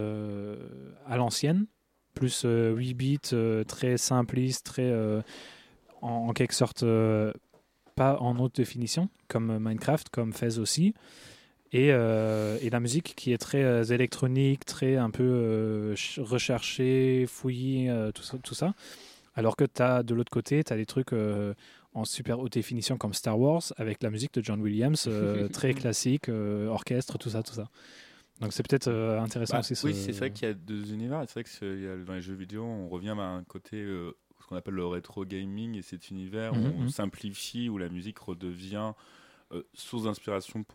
à l'ancienne, plus 8 bits, très simpliste, très en quelque sorte pas en haute définition, comme Minecraft, comme Fez aussi, et la musique qui est très électronique, très un peu recherchée, fouillie, tout ça. Alors que de l'autre côté, tu as des trucs en super haute définition comme Star Wars, avec la musique de John Williams, très classique, orchestre, tout ça. Donc c'est peut-être intéressant aussi.
Oui, c'est vrai qu'il y a deux univers. C'est vrai que dans les jeux vidéo, on revient à un côté, ce qu'on appelle le rétro gaming, et cet univers où on simplifie, où la musique redevient source d'inspiration pour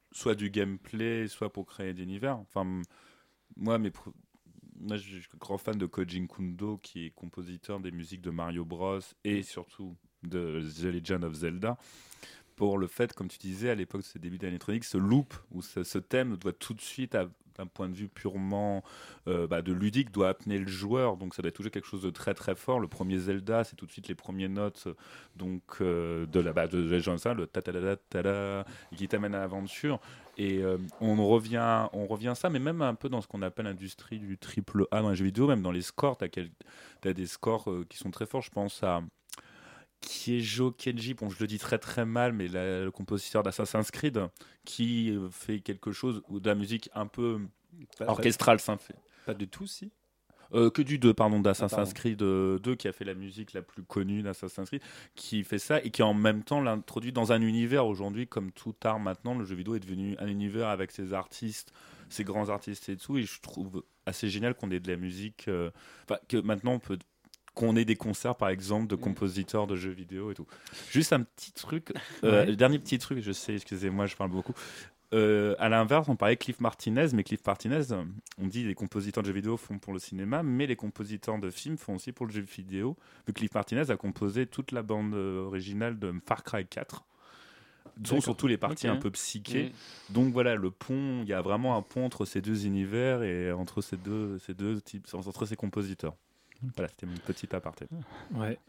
soit du gameplay, soit pour créer des univers. Enfin, moi, je suis grand fan de Koji Kondo, qui est compositeur des musiques de Mario Bros et surtout de The Legend of Zelda. Pour le fait, comme tu disais, à l'époque de ses débuts d'électronique, ce loop ou ce thème doit tout de suite, d'un point de vue purement de ludique, doit appeler le joueur. Donc ça doit être toujours quelque chose de très très fort. Le premier Zelda, c'est tout de suite les premières notes donc, de la base de Legend of Zelda, le ta-ta-da-ta-da, qui t'amène à l'aventure. Et on revient à ça, mais même un peu dans ce qu'on appelle l'industrie du triple A dans les jeux vidéo, même dans les scores, t'as des scores qui sont très forts. Je pense à Keijo Kenji, bon je le dis très très mal, mais le compositeur d'Assassin's Creed, qui fait quelque chose, ou de la musique un peu orchestrale,
pas du tout, si
que du 2, pardon, d'Assassin's Creed 2, qui a fait la musique la plus connue d'Assassin's Creed, qui fait ça et qui en même temps l'introduit dans un univers. Aujourd'hui, comme tout art maintenant, le jeu vidéo est devenu un univers avec ses artistes, ses grands artistes et tout, et je trouve assez génial qu'on ait de la musique, que maintenant qu'on ait des concerts par exemple de compositeurs de jeux vidéo et tout. Juste un petit truc, le dernier petit truc, je sais, excusez-moi, je parle beaucoup. À l'inverse, on parlait de Cliff Martinez, mais Cliff Martinez, on dit les compositeurs de jeux vidéo font pour le cinéma, mais les compositeurs de films font aussi pour le jeu vidéo. Vu que Cliff Martinez a composé toute la bande originale de Far Cry 4, dont surtout les parties un peu psychées. Donc voilà, le pont, il y a vraiment un pont entre ces deux univers et entre ces deux types, entre ces compositeurs. Voilà, c'était mon petit aparté.
Ouais.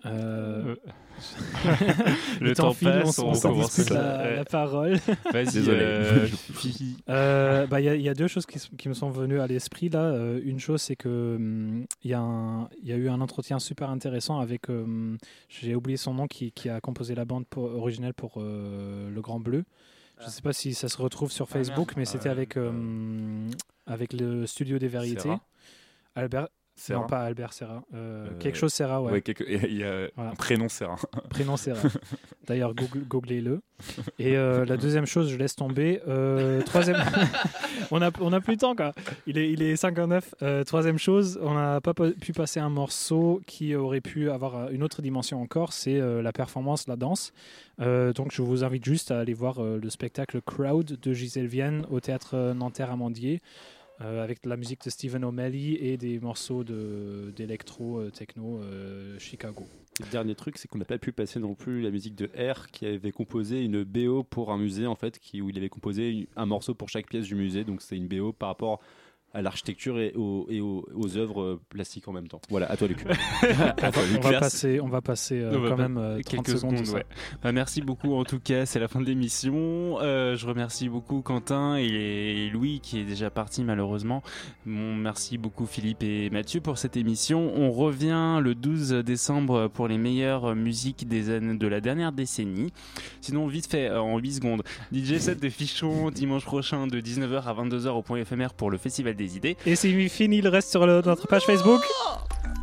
Le temps passe, on recommence
la parole.
Vas-y,
désolé.
Fifi.
Il y a deux choses qui me sont venues à l'esprit là. Une chose, c'est que il y a eu un entretien super intéressant avec, j'ai oublié son nom, qui a composé la bande originale pour Le Grand Bleu. Je ne sais pas si ça se retrouve sur Facebook, mais c'était avec le Studio des Variétés. Albert.
Serra.
Non, pas Albert Serra. Quelque chose Serra, ouais.
Il y a un prénom Serra.
Prénom Serra. D'ailleurs, googlez-le. Et la deuxième chose, je laisse tomber. Troisième... on a plus de temps, quoi. Il est 59. Troisième chose, on n'a pas pu passer un morceau qui aurait pu avoir une autre dimension encore, c'est la performance, la danse. Donc, je vous invite juste à aller voir le spectacle Crowd de Gisèle Vienne au Théâtre Nanterre-Amandier. Avec de la musique de Stephen O'Malley et des morceaux d'électro, techno, Chicago.
Le dernier truc, c'est qu'on n'a pas pu passer non plus la musique de R, qui avait composé une BO pour un musée, en fait, où il avait composé un morceau pour chaque pièce du musée. Donc c'est une BO par rapport à l'architecture et aux œuvres plastiques en même temps. Voilà, à toi Luc.
On va passer quand même 30
quelques secondes. Ouais. Merci beaucoup en tout cas, c'est la fin de l'émission. Je remercie beaucoup Quentin et Louis qui est déjà parti malheureusement. Merci beaucoup Philippe et Mathieu pour cette émission. On revient le 12 décembre pour les meilleures musiques des années de la dernière décennie. Sinon vite fait, en 8 secondes, DJ set de Fichon dimanche prochain de 19h à 22h au Point éphémère pour le Festival des idées.
Et c'est fini, il reste sur notre page Facebook.